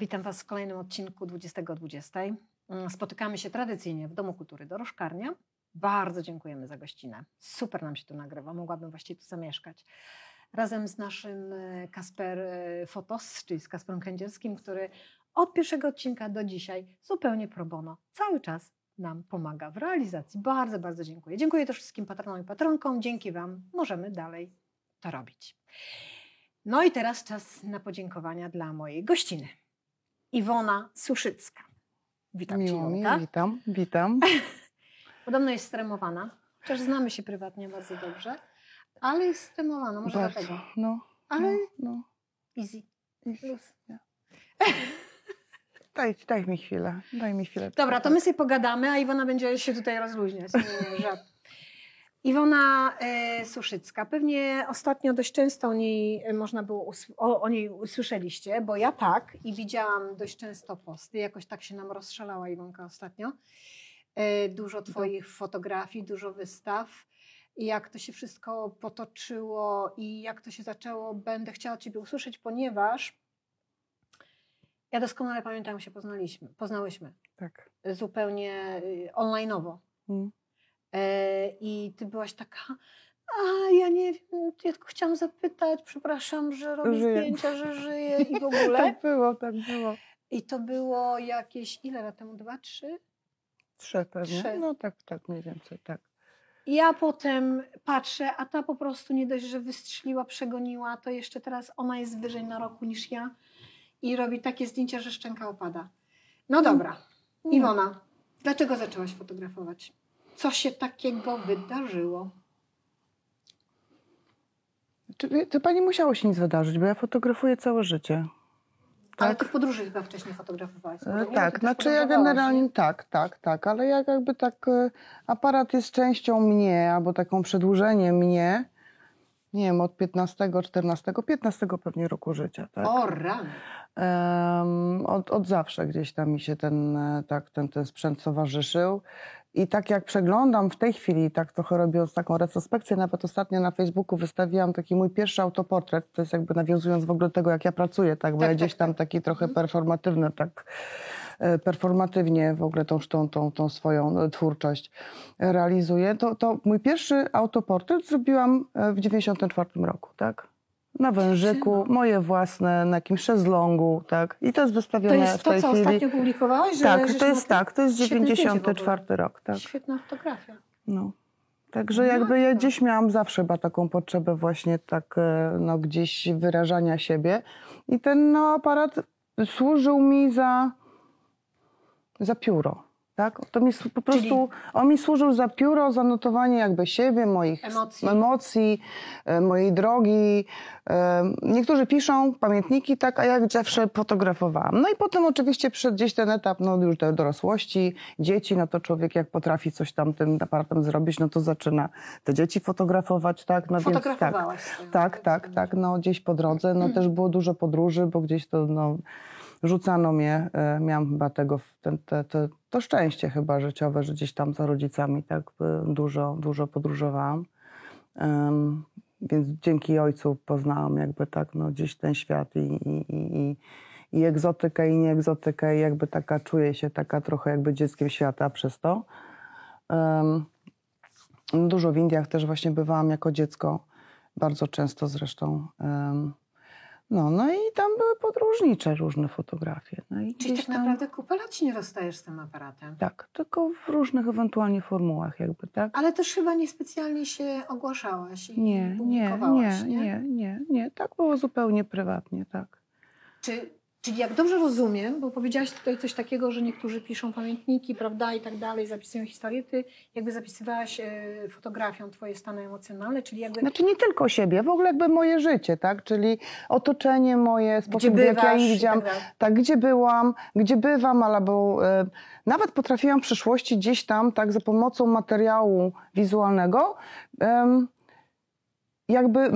Witam Was w kolejnym odcinku 20.20. Spotykamy się tradycyjnie w Domu Kultury Dorożkarnia. Bardzo dziękujemy za gościnę. Super nam się tu nagrywa, mogłabym właściwie tu zamieszkać. Razem z naszym Kasper Fotos, czyli z Kasprem Kędzierskim, który od pierwszego odcinka do dzisiaj zupełnie pro bono cały czas nam pomaga w realizacji. Bardzo, bardzo dziękuję. Dziękuję też wszystkim patronom i patronkom. Dzięki Wam możemy dalej to robić. No i teraz czas na podziękowania dla mojej gościny. Iwona Suszycka. Witam Cię, Miło mi, Jolka. witam. Podobno jest stremowana, chociaż znamy się prywatnie bardzo dobrze, ale jest stremowana, może Bardzo, dlatego. no. Ale no. easy. Luz. Daj mi chwilę, Dobra, to my sobie pogadamy, a Iwona będzie się tutaj rozluźniać. Nie, żart. Iwona Suszycka. Pewnie ostatnio dość często o niej usłyszeliście, bo ja tak i widziałam dość często posty. Jakoś tak się nam rozszalała Iwonka ostatnio. Dużo Twoich fotografii, dużo wystaw. I jak to się wszystko potoczyło i jak to się zaczęło, będę chciała Ciebie usłyszeć, ponieważ ja doskonale pamiętam, jak się poznałyśmy. Tak. Zupełnie online'owo. I ty byłaś taka, ja nie wiem, ja tylko chciałam zapytać, przepraszam, że robię zdjęcia, że żyję i w ogóle. Tak było. I to było jakieś, ile lat temu? 2, 3? 3 pewnie. 3. No tak mniej więcej, tak. I ja potem patrzę, a ta po prostu nie dość, że wystrzeliła, przegoniła, to jeszcze teraz ona jest wyżej na roku niż ja i robi takie zdjęcia, że szczęka opada. No dobra, Iwona, dlaczego zaczęłaś fotografować? Co się takiego wydarzyło? To pani musiało się nic wydarzyć, bo ja fotografuję całe życie. Tak? Ale ty w podróży chyba wcześniej fotografowałaś. Tak, znaczy ja generalnie tak, ale jakby tak aparat jest częścią mnie, albo taką przedłużeniem mnie, nie wiem, od 15 pewnie roku życia. Tak? O rany! Od zawsze gdzieś tam mi się ten sprzęt towarzyszył. I tak jak przeglądam w tej chwili, tak trochę robiąc taką retrospekcję, nawet ostatnio na Facebooku wystawiłam taki mój pierwszy autoportret, to jest jakby nawiązując w ogóle do tego, jak ja pracuję, tak, bo ja gdzieś tam taki trochę performatywny, tak performatywnie w ogóle tą swoją twórczość realizuję. To mój pierwszy autoportret zrobiłam w 94 roku, tak? Na wężyku, moje własne, na jakimś szezlongu, tak? I to jest wystawione w tej chwili. To jest to, co ostatnio publikowałaś? To jest 94 rok, tak. Świetna fotografia. No. Także jakby ja gdzieś miałam zawsze chyba taką potrzebę właśnie tak, gdzieś wyrażania siebie. I ten aparat służył mi za pióro. Tak? To mi po prostu, on mi służył za pióro, za notowanie jakby siebie, moich emocji, mojej drogi. Niektórzy piszą pamiętniki, tak, a ja zawsze fotografowałam. No i potem oczywiście przyszedł gdzieś ten etap, już do dorosłości, dzieci, no to człowiek jak potrafi coś tam tym aparatem zrobić, no to zaczyna te dzieci fotografować, tak. No fotografowałaś więc tak, no gdzieś po drodze, no też było dużo podróży, bo gdzieś to, rzucano mnie, miałam chyba to szczęście chyba życiowe, że gdzieś tam za rodzicami tak dużo podróżowałam. Więc dzięki ojcu poznałam jakby tak, gdzieś ten świat i egzotykę i nieegzotykę i jakby taka czuję się taka trochę jakby dzieckiem świata przez to. Dużo w Indiach też właśnie bywałam jako dziecko, bardzo często zresztą. No i tam były podróżnicze różne fotografie. No i czyli tak naprawdę kupę lat się nie rozstajesz z tym aparatem. Tak, tylko w różnych ewentualnie formułach jakby, tak? Ale też chyba niespecjalnie się ogłaszałaś i Nie. Tak było zupełnie prywatnie, tak. Czyli jak dobrze rozumiem, bo powiedziałaś tutaj coś takiego, że niektórzy piszą pamiętniki, prawda, i tak dalej, zapisują historię, ty jakby zapisywałaś fotografią twoje stany emocjonalne, czyli jakby... Znaczy nie tylko siebie, w ogóle jakby moje życie, tak, czyli otoczenie moje, sposób jak ja je widziałam, tak, gdzie byłam, gdzie bywam, albo nawet potrafiłam w przyszłości gdzieś tam, tak, za pomocą materiału wizualnego, jakby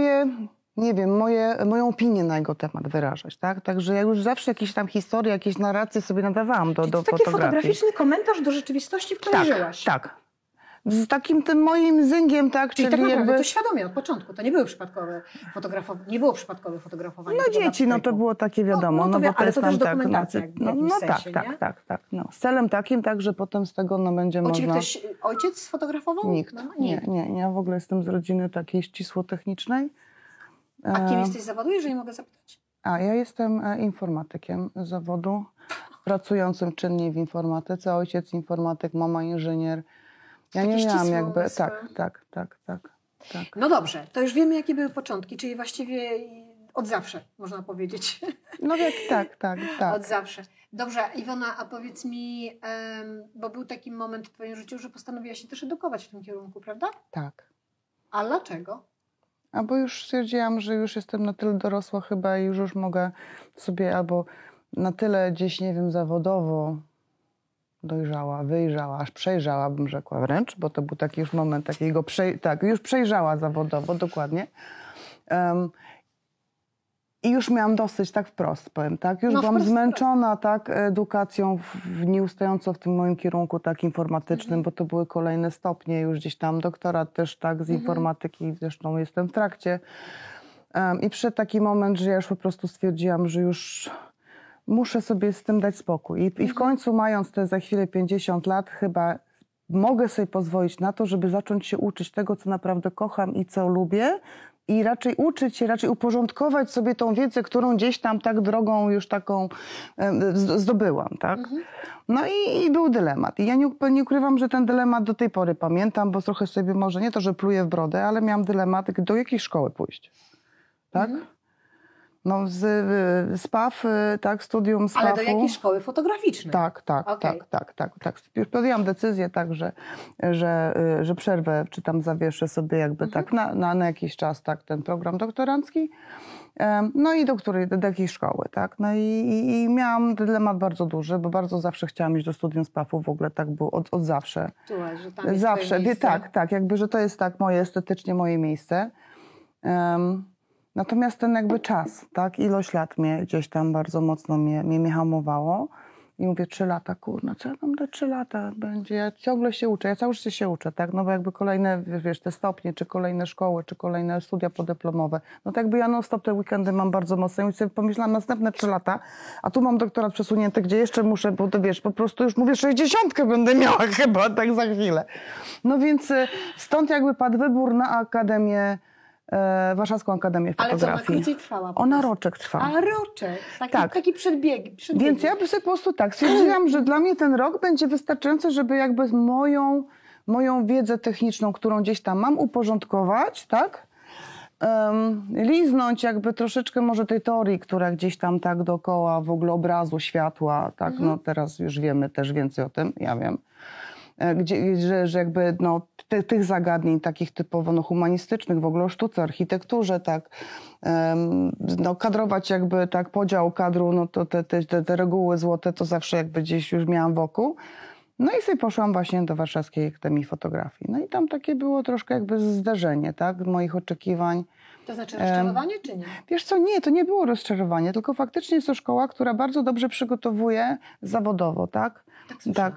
moją opinię na jego temat wyrażać, tak? Także ja już zawsze jakieś tam historie, jakieś narracje sobie nadawałam do fotografii. Taki fotograficzny komentarz do rzeczywistości, w której żyłaś. z takim tym moim zyngiem, tak? Czyli tak naprawdę to świadomie od początku, to nie były przypadkowe fotografowanie, nie było przypadkowe fotografowanie. No dzieci, no to było takie wiadomo, No to bo to ale jest to tam też tak, dokumentacja w jakimś sensie, nie? tak. No. Z celem takim, tak, że potem z tego będzie U ciebie można... ktoś, ojciec sfotografował? Nikt. Mama? Nie. Ja w ogóle jestem z rodziny takiej ścisło-technicznej. A kim jesteś z zawodu, jeżeli mogę zapytać? Ja jestem informatykiem z zawodu, pracującym czynnie w informatyce. Ojciec informatyk, mama inżynier. Ja Takie nie miałam ścisłe jakby... umysły. Tak. No dobrze, to już wiemy, jakie były początki, czyli właściwie od zawsze, można powiedzieć. No tak. Od zawsze. Dobrze, Iwona, a powiedz mi, bo był taki moment w twoim życiu, że postanowiłaś się też edukować w tym kierunku, prawda? Tak. A dlaczego? A bo już stwierdziłam, że już jestem na tyle dorosła chyba i już mogę sobie albo na tyle gdzieś, nie wiem, zawodowo dojrzała, wyjrzała, aż przejrzała, bym rzekła wręcz, bo to był taki już moment takiego, już przejrzała zawodowo, dokładnie. I już miałam dosyć, tak wprost powiem, tak? Już byłam zmęczona, tak, edukacją nieustająco w tym moim kierunku tak informatycznym, bo to były kolejne stopnie, już gdzieś tam doktorat też, tak, z informatyki, zresztą jestem w trakcie. I przyszedł taki moment, że ja już po prostu stwierdziłam, że już muszę sobie z tym dać spokój. I w końcu, mając te za chwilę 50 lat, chyba mogę sobie pozwolić na to, żeby zacząć się uczyć tego, co naprawdę kocham i co lubię. I raczej uczyć się, raczej uporządkować sobie tą wiedzę, którą gdzieś tam tak drogą już taką zdobyłam, tak? No i był dylemat. I ja nie ukrywam, że ten dylemat do tej pory pamiętam, bo trochę sobie może nie to, że pluję w brodę, ale miałam dylemat, do jakiej szkoły pójść, tak? No z PAF, tak, studium z Ale PAF-u. do jakiej szkoły fotograficznej? Tak. Już podjęłam decyzję tak, że przerwę, czy tam zawieszę sobie jakby tak na jakiś czas tak ten program doktorancki. No i do jakiej szkoły, tak. No i miałam dylemat bardzo duży, bo bardzo zawsze chciałam iść do studium z PAF-u, w ogóle tak było od zawsze. Czułaś, że tam jest zawsze, miejsce. tak, jakby, że to jest tak estetycznie moje miejsce. Natomiast ten jakby czas, tak, ilość lat mnie gdzieś tam bardzo mocno mnie hamowało. I mówię, 3 lata, kurna, co ja tam do 3 lata będzie? Ja ciągle się uczę, ja cały życie się uczę, tak? No bo jakby kolejne, wiesz, te stopnie, czy kolejne szkoły, czy kolejne studia podyplomowe. No tak jakby ja non-stop te weekendy mam bardzo mocno i sobie pomyślałam, następne 3 lata, a tu mam doktorat przesunięty, gdzie jeszcze muszę, bo to wiesz, po prostu już mówię, 60 będę miała chyba, tak za chwilę. No więc stąd jakby padł wybór na Akademię, Warszawską Akademię Fotografii. Ale co, ona krócej trwała? Ona roczek trwa. A roczek, Tak. taki przedbieg. Więc ja by sobie po prostu tak stwierdziłam, że dla mnie ten rok będzie wystarczający, żeby jakby moją wiedzę techniczną, którą gdzieś tam mam, uporządkować, tak? Liznąć jakby troszeczkę może tej teorii, która gdzieś tam tak dookoła w ogóle obrazu, światła, tak? No teraz już wiemy też więcej o tym, ja wiem. Że jakby no, tych zagadnień takich typowo no, humanistycznych, w ogóle o sztuce, architekturze, tak, no, kadrować jakby tak podział kadru, no to te reguły złote to zawsze jakby gdzieś już miałam wokół. No i sobie poszłam właśnie do Warszawskiej Akademii Fotografii. No i tam takie było troszkę jakby zdarzenie, tak, moich oczekiwań. To znaczy rozczarowanie, czy nie? Wiesz co, nie, to nie było rozczarowanie, tylko faktycznie jest to szkoła, która bardzo dobrze przygotowuje zawodowo, tak? Tak,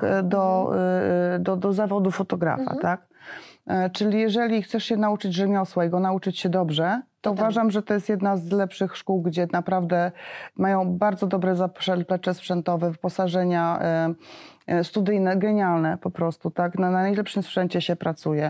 do zawodu fotografa, tak? Czyli jeżeli chcesz się nauczyć rzemiosła i go nauczyć się dobrze, to uważam, że to jest jedna z lepszych szkół, gdzie naprawdę mają bardzo dobre zaplecze sprzętowe, wyposażenia studyjne, genialne po prostu, tak? Na najlepszym sprzęcie się pracuje.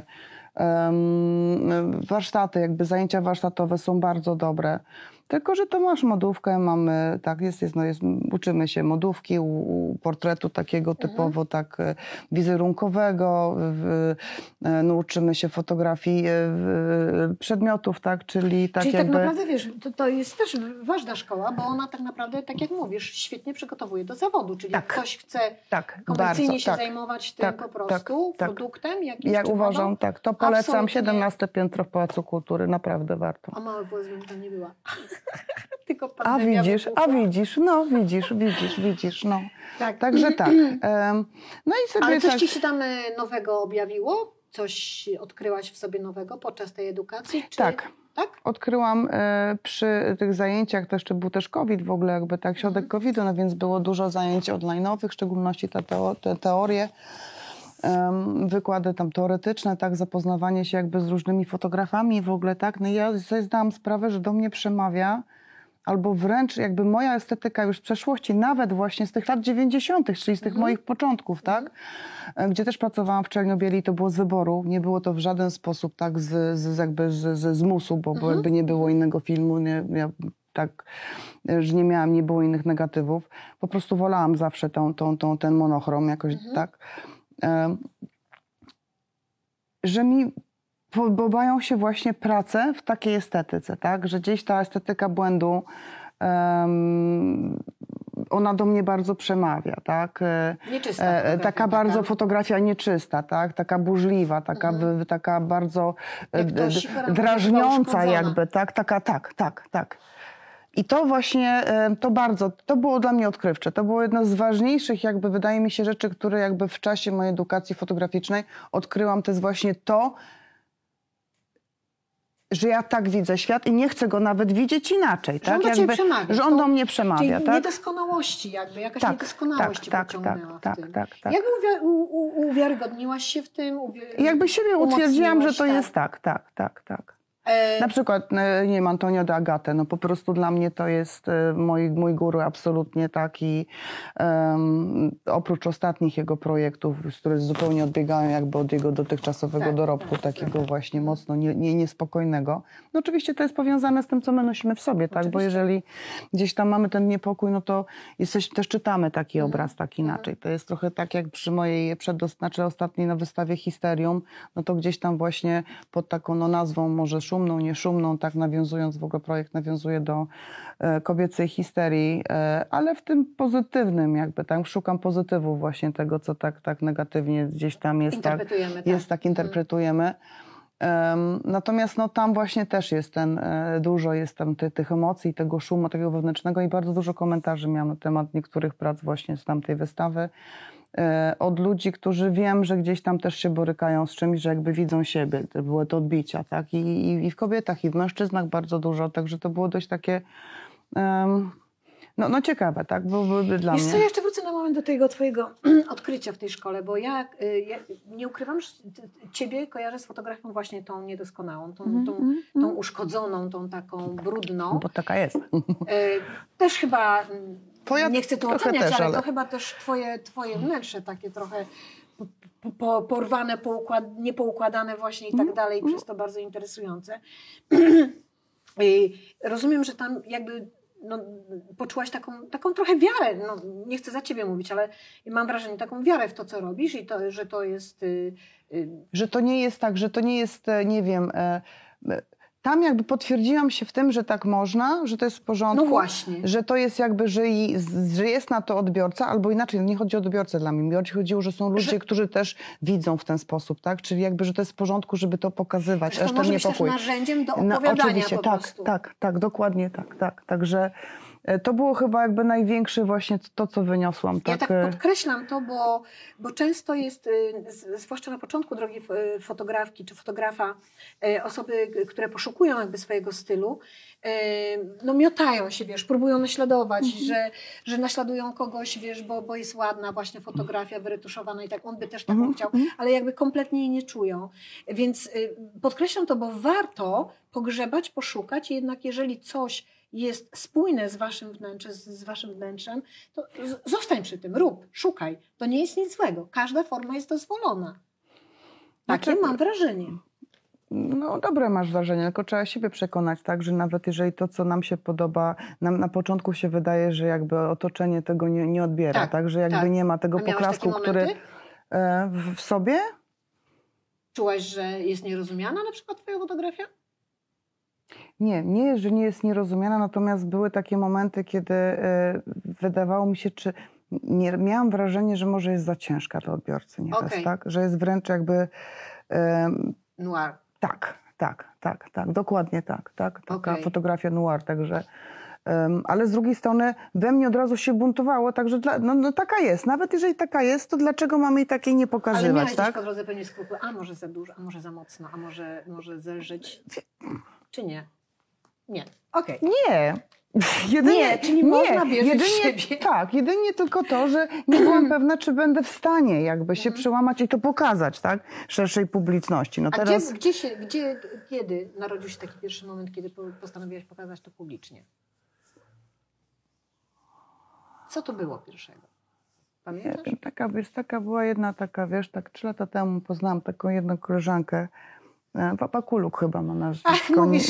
Warsztaty, zajęcia warsztatowe są bardzo dobre. Tylko że to masz modówkę, mamy, tak, uczymy się modówki, portretu takiego typowo tak wizerunkowego, no, uczymy się fotografii przedmiotów, tak, czyli tak Czyli jakby... tak naprawdę, wiesz, to jest też ważna szkoła, bo ona tak naprawdę, tak jak mówisz, świetnie przygotowuje do zawodu, czyli jak ktoś chce komercyjnie się zajmować tym po prostu produktem, jakimś ja uważam, tak, to polecam. Absolutnie. 17 piętro w Pałacu Kultury, naprawdę warto. A Małe Włos tam nie była. Tylko a widzisz, no. Tak. Także tak. No i sobie ale coś ci się tam nowego objawiło? Coś odkryłaś w sobie nowego podczas tej edukacji? Czy... Tak? Odkryłam przy tych zajęciach, to jeszcze był też COVID w ogóle, jakby tak, środek COVID-u, no więc było dużo zajęć online'owych, w szczególności te teorie. wykłady tam teoretyczne, tak, zapoznawanie się jakby z różnymi fotografami w ogóle, tak, no i ja sobie zdałam sprawę, że do mnie przemawia albo wręcz jakby moja estetyka już z przeszłości, nawet właśnie z tych lat 90., czyli z tych moich początków, tak? Gdzie też pracowałam w Czernobieli, to było z wyboru, nie było to w żaden sposób tak z musu, bo jakby nie było innego filmu, ja tak, że nie było innych negatywów. Po prostu wolałam zawsze ten monochrom jakoś, tak? Że mi podobają się właśnie prace w takiej estetyce, tak? Że gdzieś ta estetyka błędu, ona do mnie bardzo przemawia, tak? Nieczysta taka bardzo fotografia nieczysta, tak? Taka burzliwa, taka bardzo drażniąca jakby, tak? Tak. I to właśnie, to było dla mnie odkrywcze. To było jedno z ważniejszych, jakby wydaje mi się, rzeczy, które jakby w czasie mojej edukacji fotograficznej odkryłam. To jest właśnie to, że ja tak widzę świat i nie chcę go nawet widzieć inaczej. Że on do ciebie przemawia. Że on do mnie przemawia, czyli tak? niedoskonałości jakby, jakaś niedoskonałość cię pociągnęła w tym. Tak. Jak uwiarygodniłaś się w tym? Jakby siebie utwierdziłam, że to tak? jest tak. Na przykład, nie wiem, Antonio de Agate, no po prostu dla mnie to jest mój guru absolutnie taki, oprócz ostatnich jego projektów, które zupełnie odbiegają jakby od jego dotychczasowego dorobku, takiego właśnie mocno niespokojnego. No oczywiście to jest powiązane z tym, co my nosimy w sobie, tak? Bo jeżeli gdzieś tam mamy ten niepokój, no to też czytamy taki obraz tak inaczej. To jest trochę tak jak przy mojej ostatniej na wystawie Histerium, no to gdzieś tam właśnie pod taką nazwą może szumną, nieszumną, tak nawiązując, w ogóle projekt nawiązuje do kobiecej histerii, ale w tym pozytywnym jakby, tak, szukam pozytywu właśnie tego, co tak negatywnie gdzieś tam jest, interpretujemy. Natomiast no, tam właśnie też jest dużo jest tam tych emocji, tego szumu, takiego wewnętrznego i bardzo dużo komentarzy miałam na temat niektórych prac właśnie z tamtej wystawy. Od ludzi, którzy wiem, że gdzieś tam też się borykają z czymś, że jakby widzą siebie. To były te odbicia, tak? I w kobietach, i w mężczyznach bardzo dużo, także to było dość takie ciekawe, tak? Bo dla mnie. Wiesz co, ja jeszcze wrócę na moment do tego twojego odkrycia w tej szkole, bo ja nie ukrywam, że ciebie kojarzę z fotografią właśnie tą niedoskonałą, tą uszkodzoną, tą taką brudną. Bo taka jest. Też chyba... Nie chcę tu oceniać, ale to chyba też twoje wnętrze takie trochę porwane, niepoukładane właśnie i tak dalej, przez to bardzo interesujące. Rozumiem, że tam jakby poczułaś taką trochę wiarę, nie chcę za ciebie mówić, ale mam wrażenie, taką wiarę w to, co robisz i to, że to jest... Że to nie jest tak, że to nie jest, nie wiem... Tam jakby potwierdziłam się w tym, że tak można, że to jest w porządku. No właśnie. Że to jest jakby, że jest na to odbiorca, albo inaczej, nie chodzi o odbiorcę dla mnie. Mi chodziło, że są ludzie, którzy też widzą w ten sposób, tak? Czyli jakby, że to jest w porządku, żeby to pokazywać. Że to może być też narzędziem do opowiadania oczywiście, po prostu. Tak, dokładnie tak. Także to było chyba jakby największe właśnie to, co wyniosłam. Ja tak podkreślam to, bo często jest, zwłaszcza na początku drogi fotografki czy fotografa, osoby, które poszukują jakby swojego stylu, miotają się, wiesz, próbują naśladować, że naśladują kogoś, wiesz, bo jest ładna właśnie fotografia wyretuszowana i tak, on by też taką chciał, ale jakby kompletnie jej nie czują. Więc podkreślam to, bo warto pogrzebać, poszukać i jednak jeżeli coś jest spójne z waszym wnętrzem, to zostań przy tym, rób, szukaj. To nie jest nic złego. Każda forma jest dozwolona. Takie mam wrażenie. No dobre masz wrażenie, tylko trzeba siebie przekonać, tak, że nawet jeżeli to, co nam się podoba, nam na początku się wydaje, że jakby otoczenie tego nie odbiera, tak, że jakby nie ma tego poklasku, który w sobie... Czułaś, że jest nierozumiana na przykład twoja fotografia? Nie, że nie jest nierozumiana, natomiast były takie momenty, kiedy wydawało mi się, miałam wrażenie, że może jest za ciężka dla odbiorcy nieraz, tak? Że jest wręcz jakby... Noir. Tak, dokładnie tak. Taka fotografia noir, także... ale z drugiej strony we mnie od razu się buntowało, także taka jest. Nawet jeżeli taka jest, to dlaczego mamy jej takiej nie pokazywać, ale miałeś tak? po drodze pewnie skrupuły, a może za dużo, a może za mocno, a może zelżeć, czy nie? Nie, okej. Nie, czyli można wierzyć w siebie. Tak, jedynie tylko to, że nie byłam pewna, czy będę w stanie jakby się przełamać i to pokazać, tak, szerszej publiczności. No A teraz... kiedy narodził się taki pierwszy moment, kiedy postanowiłaś pokazać to publicznie? Co to było pierwszego? Pamiętasz? Taka była jedna taka, wiesz, tak 3 lata temu poznałam taką jedną koleżankę, Papa Kuluk chyba ma nazwisko. Mówisz,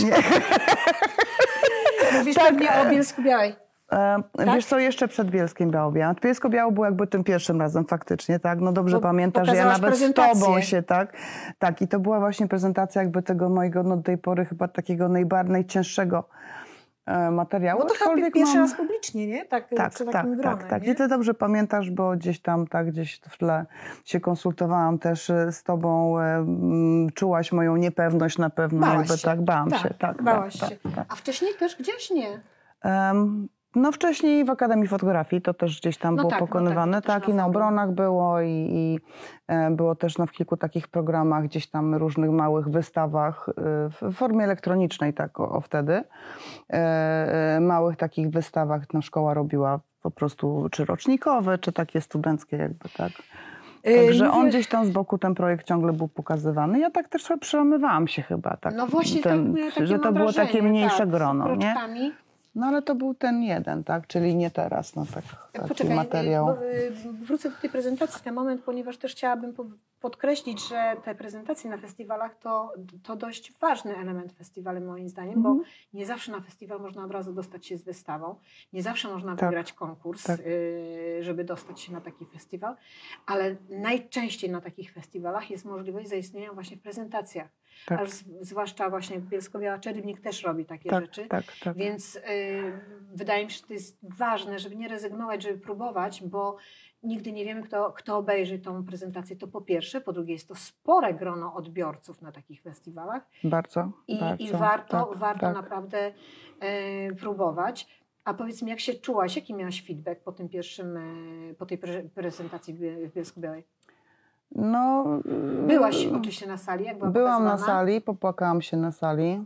mówisz pewnie o Bielsku-Białej. Wiesz co, jeszcze przed Bielskiem Białą. Bielsko-Białą było jakby tym pierwszym razem faktycznie, tak? No dobrze pamiętasz, że ja nawet z tobą się, tak, i to była właśnie prezentacja jakby tego mojego, no do tej pory chyba takiego najcięższego materiału. No to chyba pierwszy raz publicznie, nie? Tak, przy takim gronie, tak. Nie? I ty dobrze pamiętasz, bo gdzieś tam, tak, gdzieś w tle się konsultowałam też z tobą, czułaś moją niepewność na pewno. Bałaś jakby, się. Tak, bałam się. Bałaś się. A wcześniej też gdzieś nie? No wcześniej w Akademii Fotografii to też gdzieś tam było pokonywane, tak, i na obronach było i było też w kilku takich programach, gdzieś tam różnych małych wystawach w formie elektronicznej, tak wtedy. Małych takich wystawach szkoła robiła po prostu czy rocznikowe, czy takie studenckie jakby, tak. Także on gdzieś tam z boku, ten projekt ciągle był pokazywany. Ja tak też sobie przełamywałam się chyba. Tak, no właśnie, że to było takie mniejsze grono, nie? Kroczkami. No ale to był ten jeden, tak? Czyli nie teraz, no taki Poczekaj, materiał. Wrócę do tej prezentacji na moment, ponieważ też chciałabym podkreślić, że te prezentacje na festiwalach to dość ważny element festiwalu moim zdaniem, bo nie zawsze na festiwal można od razu dostać się z wystawą, nie zawsze można wygrać konkurs, żeby dostać się na taki festiwal, ale najczęściej na takich festiwalach jest możliwość zaistnienia właśnie w prezentacjach. Tak. Aż zwłaszcza właśnie Bielsko-Biała Czerwnik też robi takie rzeczy. Tak. Więc wydaje mi się, że to jest ważne, żeby nie rezygnować, żeby próbować, bo nigdy nie wiemy, kto obejrzy tą prezentację. To po pierwsze. Po drugie, jest to spore grono odbiorców na takich festiwalach. Bardzo. I warto naprawdę próbować. A powiedz mi, jak się czułaś? Jaki miałaś feedback po tej prezentacji w Bielsku-Białej? No, byłaś oczywiście na sali, jak była byłam pokazywana? na sali, popłakałam się na sali.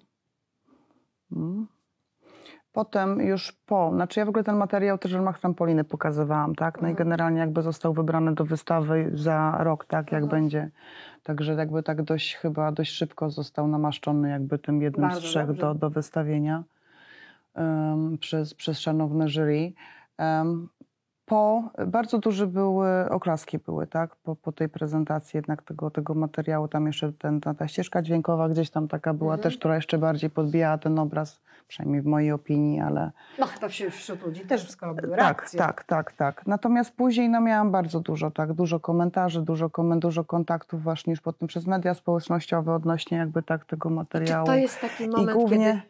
Potem już znaczy ja w ogóle ten materiał też w ramach trampoliny pokazywałam, tak? No i generalnie jakby został wybrany do wystawy za rok, tak? Jak będzie. Także jakby tak dość szybko został namaszczony jakby tym jednym z 3 do wystawienia przez szanowne jury. Bardzo duże oklaski były, tak? Po tej prezentacji jednak tego materiału, tam jeszcze ta ścieżka dźwiękowa gdzieś tam taka była też, która jeszcze bardziej podbijała ten obraz, przynajmniej w mojej opinii, ale... No chyba wśród ludzi też skoro były reakcje. Tak. Natomiast później miałam bardzo dużo komentarzy, dużo kontaktów właśnie już potem przez media społecznościowe odnośnie jakby tego materiału. Czy to jest taki moment, i głównie,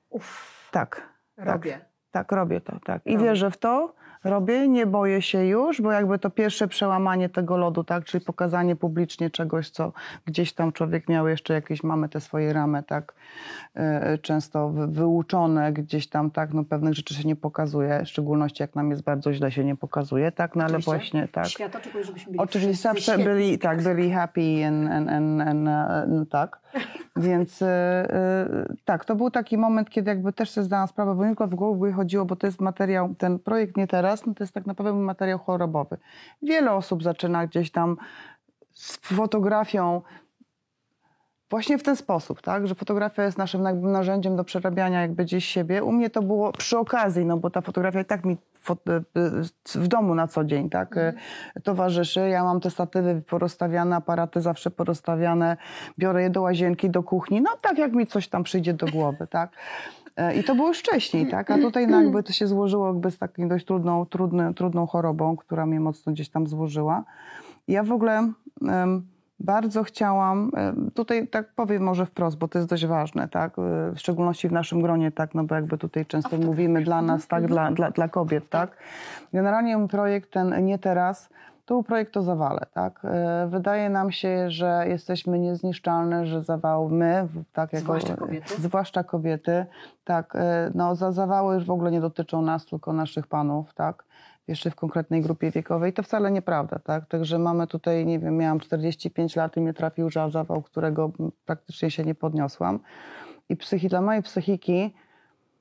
kiedy robię to, tak. I wierzę w to. Nie boję się już, bo jakby to pierwsze przełamanie tego lodu, tak, czyli pokazanie publicznie czegoś, co gdzieś tam człowiek miał jeszcze jakieś, mamy te swoje ramy, tak, często wyuczone gdzieś tam, tak, no pewnych rzeczy się nie pokazuje, w szczególności jak nam jest bardzo źle, się nie pokazuje, tak, no ale właśnie, tak. Świat oczekuje, żebyśmy byli oczywiście zawsze byli happy and tak. Więc tak, to był taki moment, kiedy jakby też sobie zdałam sprawę, bo mi w głowie chodziło, bo to jest materiał, ten projekt nie teraz, no to jest tak naprawdę materiał chorobowy. Wiele osób zaczyna gdzieś tam z fotografią właśnie w ten sposób, tak, że fotografia jest naszym jakby narzędziem do przerabiania jakby gdzieś siebie. U mnie to było przy okazji, no bo ta fotografia i tak mi w domu na co dzień, tak, towarzyszy. Ja mam te statywy porozstawiane, aparaty zawsze porozstawiane, biorę je do łazienki, do kuchni, no tak jak mi coś tam przyjdzie do głowy, tak. I to było już wcześniej, tak, a tutaj no, jakby to się złożyło jakby z taką dość trudną chorobą, która mnie mocno gdzieś tam złożyła. Ja w ogóle bardzo chciałam, tutaj tak powiem może wprost, bo to jest dość ważne, tak, w szczególności w naszym gronie, tak, no bo jakby tutaj często mówimy dla nas, tak, dla kobiet, tak. Generalnie mój projekt ten Nie teraz, to był projekt o zawale, tak. Wydaje nam się, że jesteśmy niezniszczalne, że zawał tak, zwłaszcza kobiety, tak, no zawały już w ogóle nie dotyczą nas, tylko naszych panów, tak. Jeszcze w konkretnej grupie wiekowej. To wcale nieprawda, tak? Także mamy tutaj, nie wiem, miałam 45 lat i mnie trafił zawał, którego praktycznie się nie podniosłam. I dla mojej psychiki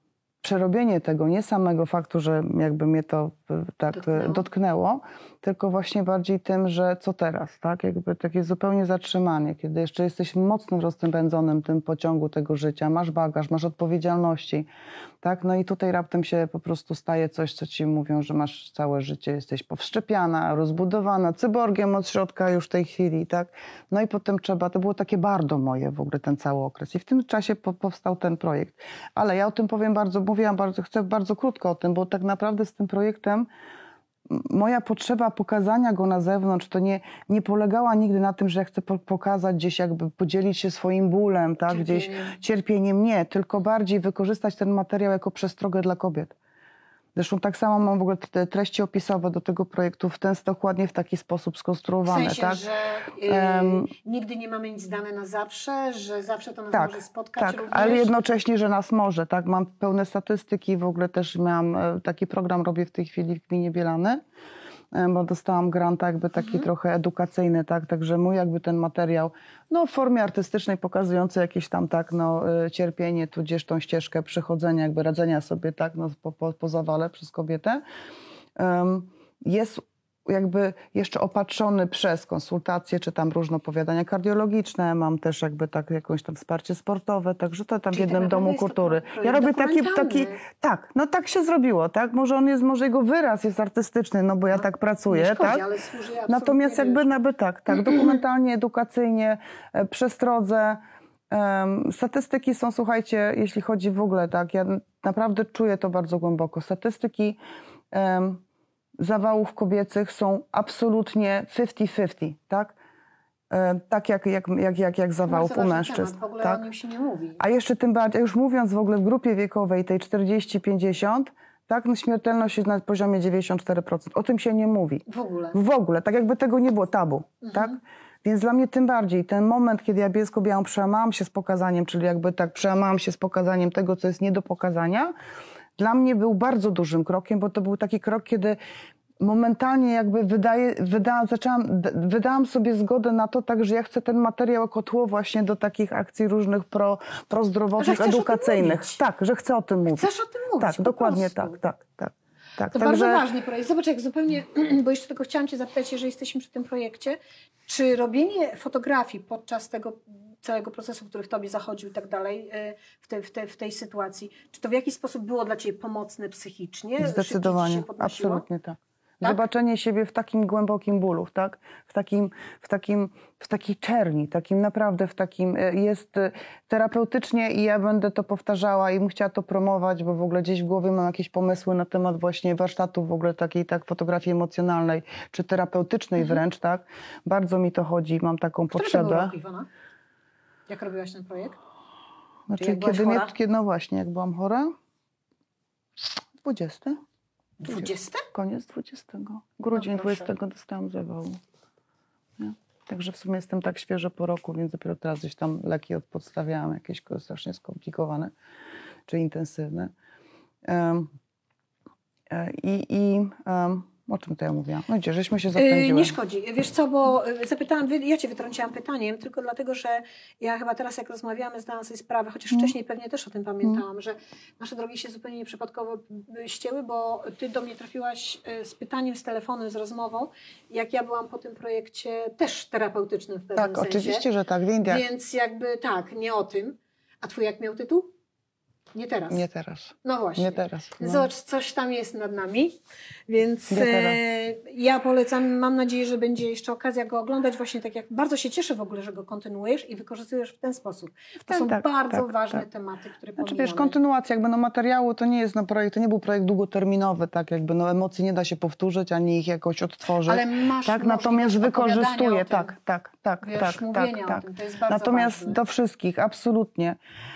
przerobienie tego, nie samego faktu, że jakby mnie to tak dotknęło, tylko właśnie bardziej tym, że co teraz, tak? Jakby takie zupełnie zatrzymanie, kiedy jeszcze jesteś mocno rozpędzonym tym pociągu tego życia, masz bagaż, masz odpowiedzialności, tak? No i tutaj raptem się po prostu staje coś, co ci mówią, że masz całe życie, jesteś powszczepiana, rozbudowana, cyborgiem od środka już w tej chwili, tak? No i potem to było takie bardzo moje w ogóle ten cały okres i w tym czasie powstał ten projekt. Ale ja o tym powiem chcę bardzo krótko o tym, bo tak naprawdę z tym projektem moja potrzeba pokazania go na zewnątrz to nie polegała nigdy na tym, że ja chcę pokazać gdzieś, jakby podzielić się swoim bólem, tak? Gdzieś cierpieniem, nie, tylko bardziej wykorzystać ten materiał jako przestrogę dla kobiet. Zresztą tak samo mam w ogóle te treści opisowe do tego projektu dokładnie w taki sposób skonstruowane. W sensie, tak? że nigdy nie mamy nic dane na zawsze, że zawsze to nas może spotkać tak, również. ale jednocześnie, że nas może. Tak? Mam pełne statystyki, w ogóle też taki program robię w tej chwili w gminie Bielany, bo dostałam grant jakby taki trochę edukacyjny, tak? Także mój jakby ten materiał w formie artystycznej pokazujący jakieś tam cierpienie, tudzież tą ścieżkę przechodzenia, jakby radzenia sobie tak po zawale przez kobietę, jest jakby jeszcze opatrzony przez konsultacje, czy tam różne opowiadania kardiologiczne, mam też jakby jakieś tam wsparcie sportowe, także to tam w jednym domu kultury. Ja robię taki, tak się zrobiło, tak? Może jego wyraz jest artystyczny, bo ja tak pracuję, szkodzi, tak? ale służy Natomiast jakby tak, dokumentalnie, edukacyjnie, przestrodze. Statystyki są, słuchajcie, jeśli chodzi w ogóle, tak, ja naprawdę czuję to bardzo głęboko. Statystyki zawałów kobiecych są absolutnie 50-50, tak? Tak jak zawałów u mężczyzn. W ogóle tak? o nim się nie mówi. A jeszcze tym bardziej, już mówiąc w ogóle w grupie wiekowej tej 40-50, tak, śmiertelność jest na poziomie 94%. O tym się nie mówi. W ogóle, tak jakby tego nie było tabu, tak? Więc dla mnie tym bardziej ten moment, kiedy ja bielsko-białą przełamałam się z pokazaniem, czyli jakby tak przełamałam się z pokazaniem tego, co jest nie do pokazania, był bardzo dużym krokiem, bo to był taki krok, kiedy momentalnie jakby wydałam sobie zgodę na to, tak, że ja chcę ten materiał jako tło właśnie do takich akcji różnych prozdrowotnych, edukacyjnych. Tak, że chcę o tym mówić. Chcesz o tym mówić, tak, dokładnie tak. To bardzo ważny projekt. Zobacz, jak zupełnie, bo jeszcze tylko chciałam cię zapytać, jeżeli jesteśmy przy tym projekcie, czy robienie fotografii podczas tego całego procesu, który w tobie zachodził i tak dalej, w tej sytuacji, czy to w jakiś sposób było dla ciebie pomocne psychicznie? Zdecydowanie, absolutnie tak. Zobaczenie siebie w takim głębokim bólu, tak? w takiej czerni, naprawdę jest terapeutycznie i ja będę to powtarzała i bym chciała to promować, bo w ogóle gdzieś w głowie mam jakieś pomysły na temat właśnie warsztatów w ogóle takiej fotografii emocjonalnej, czy terapeutycznej wręcz, tak? Bardzo mi to chodzi, mam taką potrzebę. To był rok, Iwona? Jak robiłaś ten projekt? Znaczy, jak byłam chora? 20. 20? Koniec 20. Grudzień 20 dostałam zawału. Nie? Także w sumie jestem tak świeżo po roku, więc dopiero teraz gdzieś tam leki odpodstawiałam, jakieś strasznie skomplikowane czy intensywne. O czym to ja mówiłam? No gdzie, żeśmy się zapędziły. Nie szkodzi. Wiesz co, bo zapytałam, ja cię wytrąciłam pytaniem, tylko dlatego, że ja chyba teraz jak rozmawiamy, zdałam sobie sprawę, chociaż wcześniej pewnie też o tym pamiętałam, że nasze drogi się zupełnie nieprzypadkowo ścięły, bo ty do mnie trafiłaś z pytaniem, z telefonem, z rozmową, jak ja byłam po tym projekcie też terapeutycznym w pewnym sensie. Tak, oczywiście, że tak, w Indiach. Więc jakby nie o tym. A twój jak miał tytuł? Nie teraz. Nie teraz. No właśnie. Nie teraz. Zobacz, coś tam jest nad nami, więc ja polecam, mam nadzieję, że będzie jeszcze okazja go oglądać właśnie tak jak, bardzo się cieszę w ogóle, że go kontynuujesz i wykorzystujesz w ten sposób. To są bardzo ważne tematy, które pomijamy. Wiesz, kontynuacja materiału to nie jest projekt, to nie był projekt długoterminowy, tak jakby emocji nie da się powtórzyć, ani ich jakoś odtworzyć. Ale masz natomiast wykorzystuję, tak. Mówienia o tym, to jest bardzo natomiast ważne. do wszystkich, absolutnie.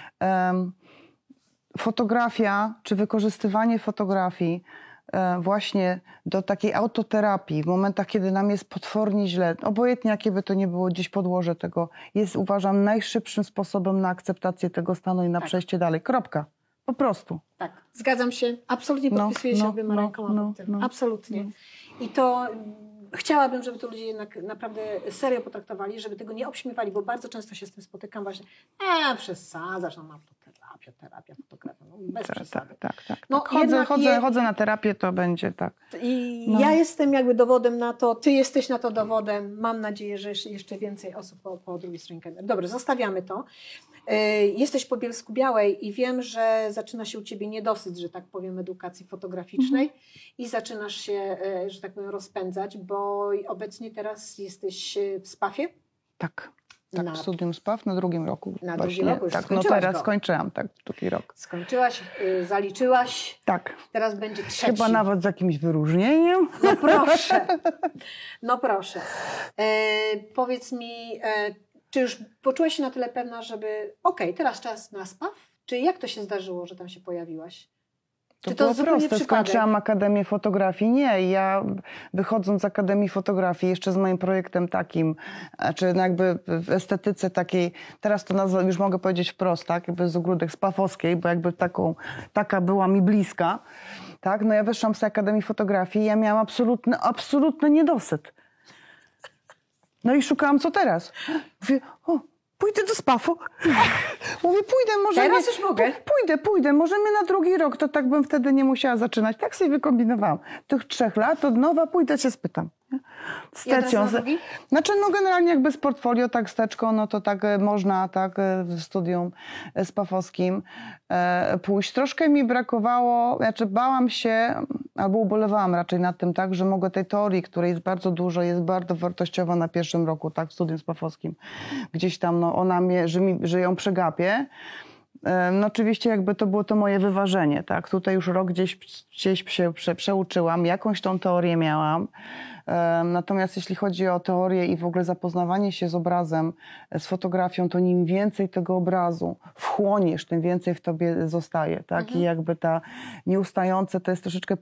Fotografia, czy wykorzystywanie fotografii właśnie do takiej autoterapii, w momentach, kiedy nam jest potwornie źle, obojętnie jakie by to nie było, gdzieś podłoże tego, jest, uważam, najszybszym sposobem na akceptację tego stanu i na przejście dalej. Kropka. Po prostu. Tak, zgadzam się. Absolutnie podpisuję się obiema rękoma pod tym. Absolutnie. I to chciałabym, żeby to ludzie jednak naprawdę serio potraktowali, żeby tego nie obśmiewali, bo bardzo często się z tym spotykam właśnie, przesadzasz, autoterapię. terapia, fotografia, no bez przesady. Tak. No, Chodzę na terapię, to będzie tak. I ja jestem jakby dowodem na to, ty jesteś na to dowodem, mam nadzieję, że jeszcze więcej osób po drugiej stronie kamery. Dobrze, zostawiamy to. Jesteś po Bielsku-Białej i wiem, że zaczyna się u ciebie niedosyt, że tak powiem, edukacji fotograficznej i zaczynasz się, że tak powiem, rozpędzać, bo obecnie teraz jesteś w SPAF-ie? Tak, studium SPAF na drugim roku. Na drugim roku już tak, skończyłaś teraz go. skończyłam, tak, drugi rok. Skończyłaś, zaliczyłaś. Tak. Teraz będzie trzeci. Chyba nawet z jakimś wyróżnieniem. No proszę. No proszę. Powiedz mi, czy już poczułaś się na tyle pewna, żeby teraz czas na SPAF? Czy jak to się zdarzyło, że tam się pojawiłaś? To Czy to było zupełnie proste. przypadek? Skończyłam Akademię Fotografii. Nie, ja wychodząc z Akademii Fotografii jeszcze z moim projektem takim, czy jakby w estetyce takiej, teraz to nazwę już mogę powiedzieć wprost, tak, jakby z ogródek spafowskiej, bo jakby taka była mi bliska, tak, no ja wyszłam z Akademii Fotografii i ja miałam absolutny niedosyt. No i szukałam, co teraz. Mówię, pójdę do SPAF-u. Mówię, pójdę, może... Teraz już mogę. Pójdę, może mnie na drugi rok, to tak bym wtedy nie musiała zaczynać. Tak sobie wykombinowałam. Tych 3 lat od nowa pójdę, cię spytam. Stecją. Znaczy, no generalnie jakby z portfolio, tak steczką, no to tak można, tak w studium spafowskim pójść. Troszkę mi brakowało, znaczy bałam się, albo ubolewałam raczej nad tym, tak, że mogę tej teorii, której jest bardzo dużo, jest bardzo wartościowa na pierwszym roku, tak, w studium spafowskim. Gdzieś tam, no ona mnie, że ją przegapię. No oczywiście jakby to było to moje wyważenie, tak. Tutaj już rok gdzieś się przeuczyłam, jakąś tą teorię miałam. Natomiast jeśli chodzi o teorię i w ogóle zapoznawanie się z obrazem, z fotografią, to im więcej tego obrazu wchłoniesz, tym więcej w tobie zostaje, tak? I jakby ta nieustające to jest troszeczkę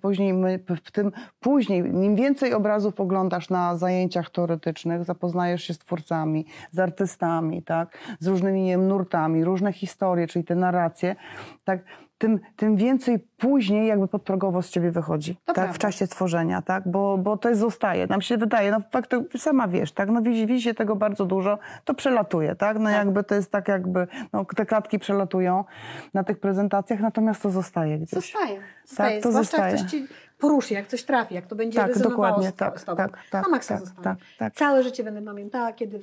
później, im więcej obrazów oglądasz na zajęciach teoretycznych, zapoznajesz się z twórcami, z artystami, tak? Z różnymi, nie wiem, nurtami, różne historie, czyli te narracje, tak? Tym więcej później jakby podprogowo z ciebie wychodzi, tak? W czasie tworzenia, tak? Bo to zostaje. Nam się wydaje, no fakt, sama wiesz, tak? No widzicie tego bardzo dużo, to przelatuje, tak? No jakby to jest tak jakby, no te klatki przelatują na tych prezentacjach, natomiast to zostaje gdzieś. Zostaje. Tak, to zwłaszcza zostaje. jak coś ci poruszy, jak coś trafi, jak to będzie rezonowało z tobą. Na maksa zostanie. Tak. Całe życie będę pamiętała, kiedy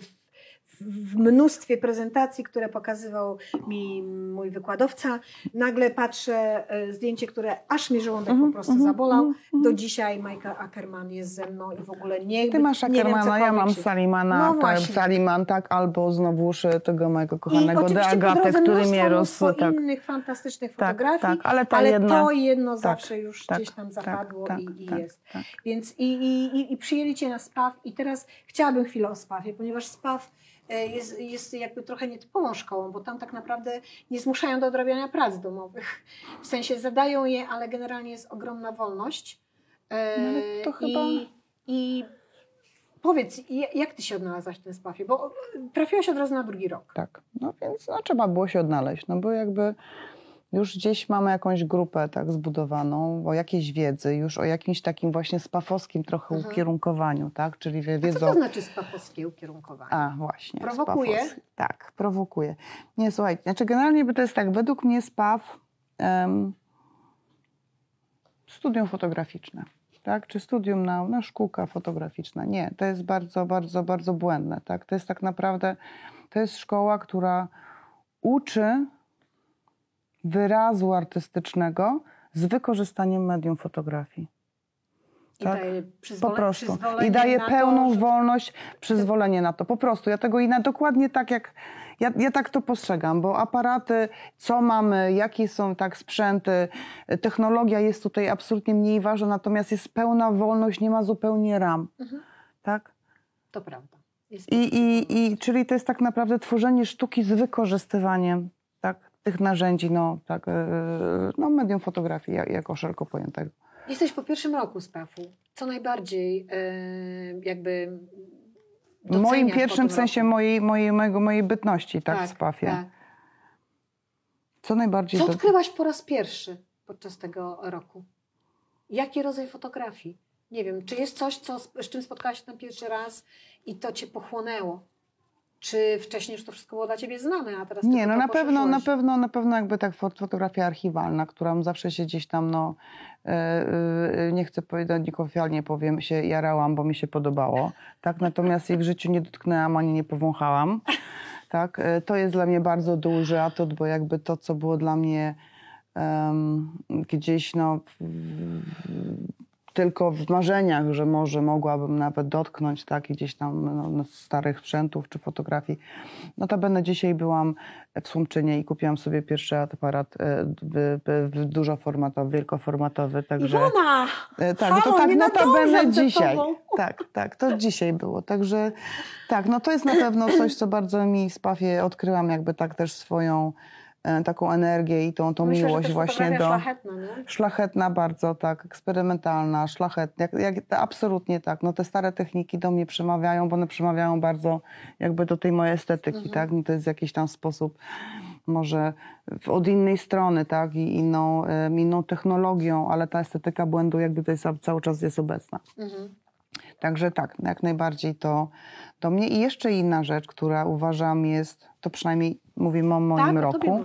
w mnóstwie prezentacji, które pokazywał mi mój wykładowca, nagle patrzę zdjęcie, które aż mi żołądek po prostu zabolał. Do dzisiaj Michael Ackerman jest ze mną i w ogóle Ty masz Ackermana, ja mam Salimana, No Saliman, tak, albo znowuż tego mojego kochanego I De Agatę, który mnie mnóstwo innych fantastycznych fotografii, tak, ale to jedno zawsze już gdzieś tam zapadło i jest. Więc i przyjęli cię na SPAF i teraz chciałabym chwilę o SPAF-ie, ponieważ SPAF jest jakby trochę nietypową szkołą, bo tam tak naprawdę nie zmuszają do odrabiania prac domowych. W sensie zadają je, ale generalnie jest ogromna wolność. To chyba... I powiedz, jak ty się odnalazłaś w tym SPAF-ie? Bo trafiłaś od razu na drugi rok. Tak, no więc trzeba było się odnaleźć, no bo jakby już gdzieś mamy jakąś grupę tak zbudowaną, o jakiejś wiedzy, już o jakimś takim właśnie spafowskim trochę ukierunkowaniu, tak? Czyli A co to znaczy spafowskie ukierunkowanie? A, właśnie. Prowokuje? Tak, prowokuje. Nie, słuchajcie, znaczy generalnie to jest tak, według mnie SPAF studium fotograficzne, tak? Czy studium na szkółka fotograficzna. Nie, to jest bardzo błędne, tak? To jest tak naprawdę, to jest szkoła, która uczy wyrazu artystycznego z wykorzystaniem medium fotografii. I tak? daje Po prostu. przyzwolenie I daje na pełną to, że... wolność, przyzwolenie na to. Po prostu. Ja tego dokładnie tak jak... Ja tak to postrzegam, bo aparaty, co mamy, jakie są tak sprzęty, technologia jest tutaj absolutnie mniej ważna, natomiast jest pełna wolność, nie ma zupełnie ram. Tak? To prawda. Czyli to jest tak naprawdę tworzenie sztuki z wykorzystywaniem tak, tych narzędzi, medium fotografii jako szeroko pojętego. Jesteś po pierwszym roku SPAF-u. Co najbardziej jakby W moim doceniasz pierwszym, po w tym sensie roku? mojej bytności, tak, w SPAF-ie. Tak. Co najbardziej... Co odkryłaś po raz pierwszy podczas tego roku? Jaki rodzaj fotografii? Nie wiem, czy jest coś, z czym spotkałaś się tam pierwszy raz i to cię pochłonęło? Czy wcześniej już to wszystko było dla ciebie znane, a teraz Nie, tylko no to na pewno jakby tak fotografia archiwalna, która zawsze się gdzieś tam, no, nie chcę powiedzieć, nieoficjalnie powiem, się jarałam, bo mi się podobało, tak, natomiast jej w życiu nie dotknęłam, ani nie powąchałam, tak, to jest dla mnie bardzo duży atut, bo jakby to, co było dla mnie gdzieś, no, tylko w marzeniach, że może mogłabym nawet dotknąć, tak, i gdzieś tam no, starych sprzętów czy fotografii. Notabene dzisiaj byłam w Słomczynie i kupiłam sobie pierwszy aparat dużoformatowy, wielkoformatowy, także... Iwona! Tak, to Halo, tak nie notabene nadążam za dzisiaj. tobą. Tak, to dzisiaj było. Także tak, no to jest na pewno coś, co bardzo mi w Spafie odkryłam jakby tak też swoją taką energię i tą Myślę, miłość że właśnie do... szlachetna, nie? Szlachetna bardzo, tak, eksperymentalna, szlachetna, absolutnie tak. No te stare techniki do mnie przemawiają, bo one przemawiają bardzo jakby do tej mojej estetyki, tak? No to jest w jakiś tam sposób może od innej strony, tak? I inną technologią, ale ta estetyka błędu jakby to jest, cały czas jest obecna. Także tak, jak najbardziej to do mnie. I jeszcze inna rzecz, która uważam jest, to przynajmniej mówimy o moim roku.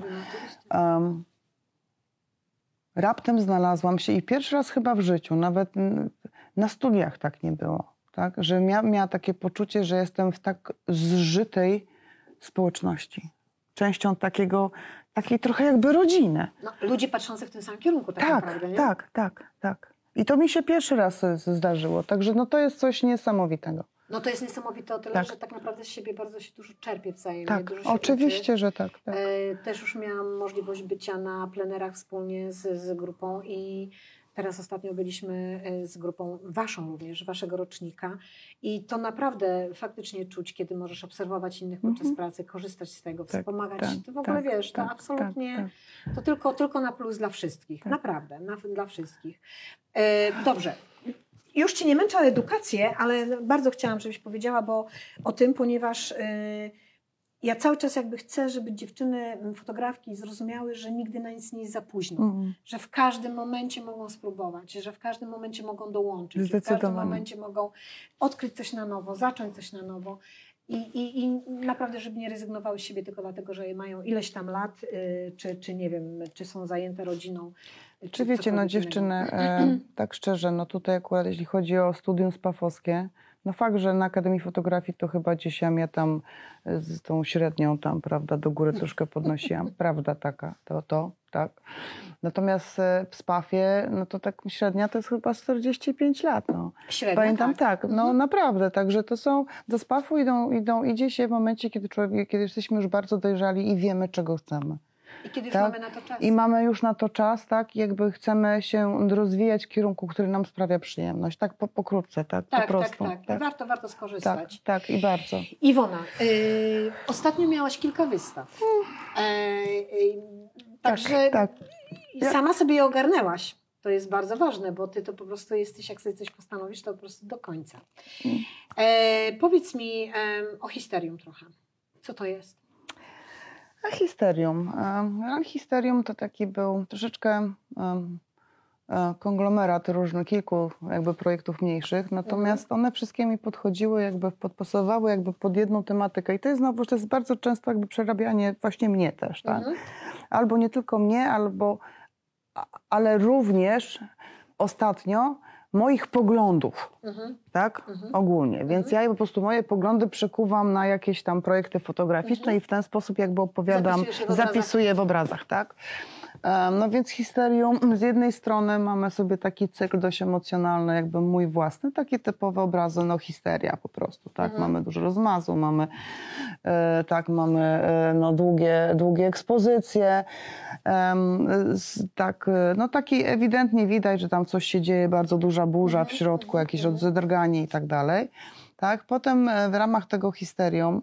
Raptem znalazłam się i pierwszy raz chyba w życiu, nawet na studiach tak nie było, tak? Że miała takie poczucie, że jestem w tak zżytej społeczności. Częścią takiej trochę jakby rodziny. No, ludzi patrzących w tym samym kierunku tak naprawdę, nie? Tak. I to mi się pierwszy raz zdarzyło, także no to jest coś niesamowitego. No to jest niesamowite o tyle, Tak. że tak naprawdę z siebie bardzo się dużo czerpie wzajemnie. Tak, dużo się oczywiście, uczy. że tak. Też już miałam możliwość bycia na plenerach wspólnie z grupą i teraz ostatnio byliśmy z grupą waszą również, waszego rocznika i to naprawdę faktycznie czuć, kiedy możesz obserwować innych podczas pracy, korzystać z tego, wspomagać. To w ogóle wiesz, to absolutnie, to tylko na plus dla wszystkich, naprawdę, dla wszystkich. Dobrze. Już cię nie męczę o edukację, ale bardzo chciałam, żebyś powiedziała o tym, ponieważ ja cały czas jakby chcę, żeby dziewczyny, fotografki zrozumiały, że nigdy na nic nie jest za późno. Że w każdym momencie mogą spróbować, że w każdym momencie mogą dołączyć, że w każdym momencie mogą odkryć coś na nowo, zacząć coś na nowo. I naprawdę, żeby nie rezygnowały z siebie tylko dlatego, że mają ileś tam lat, czy nie wiem, czy są zajęte rodziną. Czy wiecie, no dziewczyny, tak szczerze, no tutaj akurat jeśli chodzi o studium spafowskie, no fakt, że na Akademii Fotografii to chyba gdzieś ja tam z tą średnią tam, prawda, do góry troszkę podnosiłam. Prawda taka, tak. Natomiast w Spafie, no to tak średnia to jest chyba 45 lat, no. Średnia, pamiętam, tak, no naprawdę, także to są, do Spafu idzie się w momencie, kiedy jesteśmy już bardzo dojrzali i wiemy, czego chcemy. I kiedy już mamy na to czas. I mamy już na to czas, tak? Jakby chcemy się rozwijać w kierunku, który nam sprawia przyjemność. Tak pokrótce, tak? Po prostu. Tak. Warto skorzystać. Tak, i bardzo. Iwona, ostatnio miałaś kilka wystaw. Także tak. sama sobie je ogarnęłaś. To jest bardzo ważne, bo ty to po prostu jesteś, jak sobie coś postanowisz, to po prostu do końca. Powiedz mi o Histerium trochę. Co to jest? Histerium to taki był troszeczkę konglomerat kilku jakby projektów mniejszych, natomiast one wszystkie mi podchodziły, jakby podpasowały jakby pod jedną tematykę i to jest bardzo często jakby przerabianie właśnie mnie też, tak? Albo nie tylko mnie, ale również ostatnio moich poglądów, tak? Ogólnie. Więc ja po prostu moje poglądy przekuwam na jakieś tam projekty fotograficzne i w ten sposób jakby opowiadam, zapisuję w obrazach, tak? No więc Histerium, z jednej strony mamy sobie taki cykl dość emocjonalny, jakby mój własny, takie typowe obrazy, no histeria po prostu, tak? Mamy dużo rozmazu, mamy no długie ekspozycje, no taki ewidentnie widać, że tam coś się dzieje, bardzo duża burza w środku, jakieś rozdrganie i tak dalej, tak? Potem w ramach tego Histerium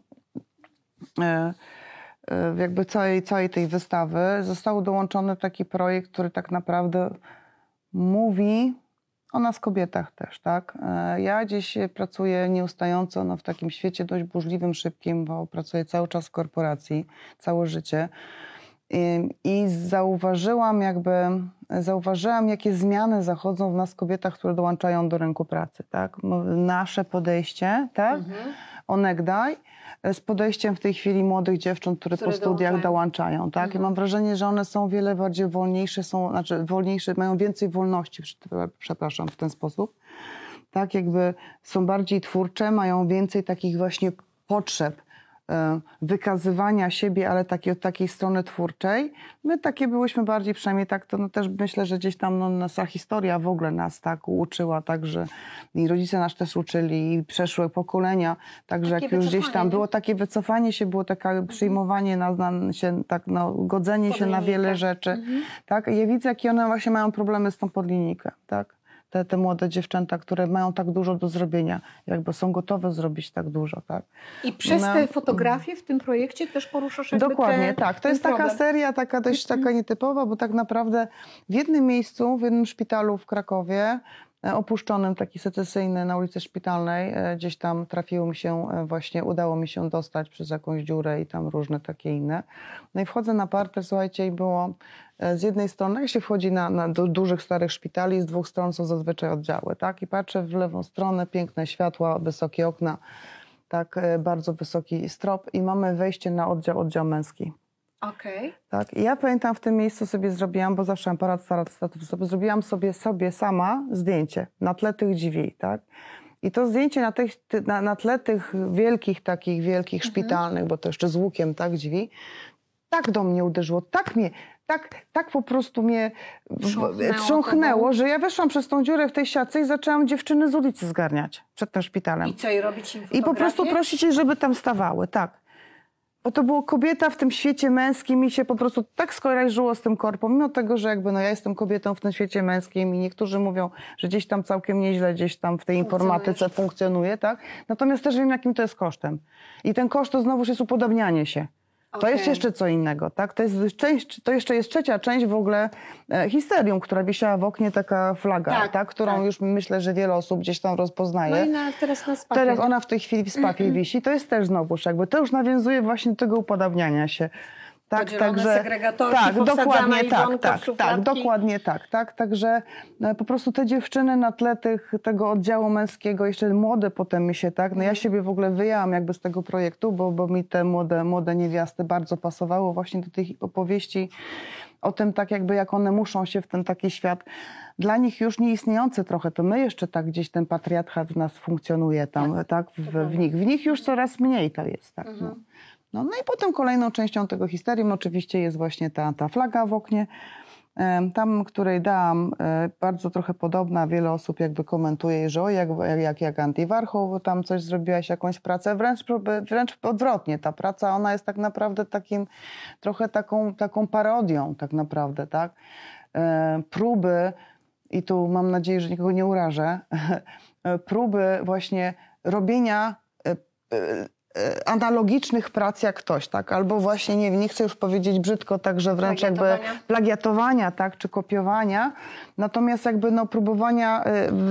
jakby całej tej wystawy został dołączony taki projekt, który tak naprawdę mówi o nas kobietach też, tak? Ja gdzieś pracuję nieustająco w takim świecie dość burzliwym, szybkim, bo pracuję cały czas w korporacji, całe życie. I zauważyłam, jakie zmiany zachodzą w nas kobietach, które dołączają do rynku pracy, tak? Nasze podejście, tak? Onegdaj z podejściem w tej chwili młodych dziewcząt, które po studiach dołączają, tak? I mam wrażenie, że one są wiele bardziej wolniejsze, mają więcej wolności, przepraszam, w ten sposób. Tak, jakby są bardziej twórcze, mają więcej takich właśnie potrzeb wykazywania siebie, ale od takiej strony twórczej. My takie byłyśmy bardziej, przynajmniej tak, to też myślę, że gdzieś tam nasza historia w ogóle nas tak uczyła, także i rodzice nas też uczyli, i przeszłe pokolenia, także jak już gdzieś tam było takie wycofanie się, było takie przyjmowanie się, tak, godzenie się na wiele rzeczy. Tak? I ja widzę, jakie one właśnie mają problemy z tą podlinijką, tak? Te młode dziewczęta, które mają tak dużo do zrobienia, jakby są gotowe zrobić tak dużo, tak? I przez te fotografie w tym projekcie też poruszasz jakby dokładnie, tak. To jest taka seria, dość taka nietypowa, bo tak naprawdę w jednym miejscu, w jednym szpitalu w Krakowie, opuszczonym, taki secesyjny na ulicy Szpitalnej, gdzieś tam udało mi się dostać przez jakąś dziurę i tam różne takie inne. No i wchodzę na parter, słuchajcie, i było z jednej strony, jak się wchodzi do dużych, starych szpitali, z dwóch stron są zazwyczaj oddziały, tak? I patrzę w lewą stronę, piękne światła, wysokie okna, tak, bardzo wysoki strop i mamy wejście na oddział męski. Okej. Tak, i ja pamiętam w tym miejscu sobie zrobiłam, bo zawsze aparat zrobiłam sobie sama zdjęcie na tle tych drzwi, tak? I to zdjęcie na tle tych takich wielkich szpitalnych, bo to jeszcze z łukiem, tak, drzwi, tak do mnie uderzyło, tak po prostu mnie trząchnęło, że ja weszłam przez tą dziurę w tej siatce i zaczęłam dziewczyny z ulicy zgarniać przed tym szpitalem. I co, i robić im fotografię? I po prostu prosić je, żeby tam stawały, tak. Bo to było kobieta w tym świecie męskim, mi się po prostu tak skojarzyło z tym korpo, mimo tego, że jakby ja jestem kobietą w tym świecie męskim i niektórzy mówią, że gdzieś tam całkiem nieźle gdzieś tam w tej informatyce funkcjonuje, tak? Natomiast też wiem, jakim to jest kosztem. I ten koszt to znowuż jest upodobnianie się. To jest jeszcze co innego, tak? To jeszcze jest trzecia część w ogóle histerium, która wisiała w oknie, taka flaga, tak? Którą już myślę, że wiele osób gdzieś tam rozpoznaje. No i teraz na SPAF-ie. Teraz ona w tej chwili w SPAF-ie wisi. To jest też znowuż jakby, to już nawiązuje właśnie do tego upodabniania się. Tak, także segregatorki, dokładnie tak, dokładnie tak. Także po prostu te dziewczyny na tle tego oddziału męskiego, jeszcze młode potem mi się, tak, no ja siebie w ogóle wyjęłam jakby z tego projektu, bo mi te młode niewiasty bardzo pasowało właśnie do tych opowieści o tym, tak jakby jak one muszą się w ten taki świat, dla nich już nieistniejący trochę, to my jeszcze tak gdzieś ten patriarchat w nas funkcjonuje tam, tak, w nich. W nich już coraz mniej to jest, tak. No i potem kolejną częścią tego histerium oczywiście jest właśnie ta flaga w oknie, tam, której dałam, bardzo trochę podobna, wiele osób jakby komentuje, że jak Andy Warhol tam coś zrobiłaś, jakąś pracę, wręcz odwrotnie, ta praca, ona jest tak naprawdę trochę taką parodią tak naprawdę, tak? Próby, i tu mam nadzieję, że nikogo nie urażę, próby właśnie robienia analogicznych prac jak ktoś, tak? Albo właśnie, nie chcę już powiedzieć brzydko, tak, że wręcz jakby plagiatowania, tak, czy kopiowania, natomiast jakby próbowania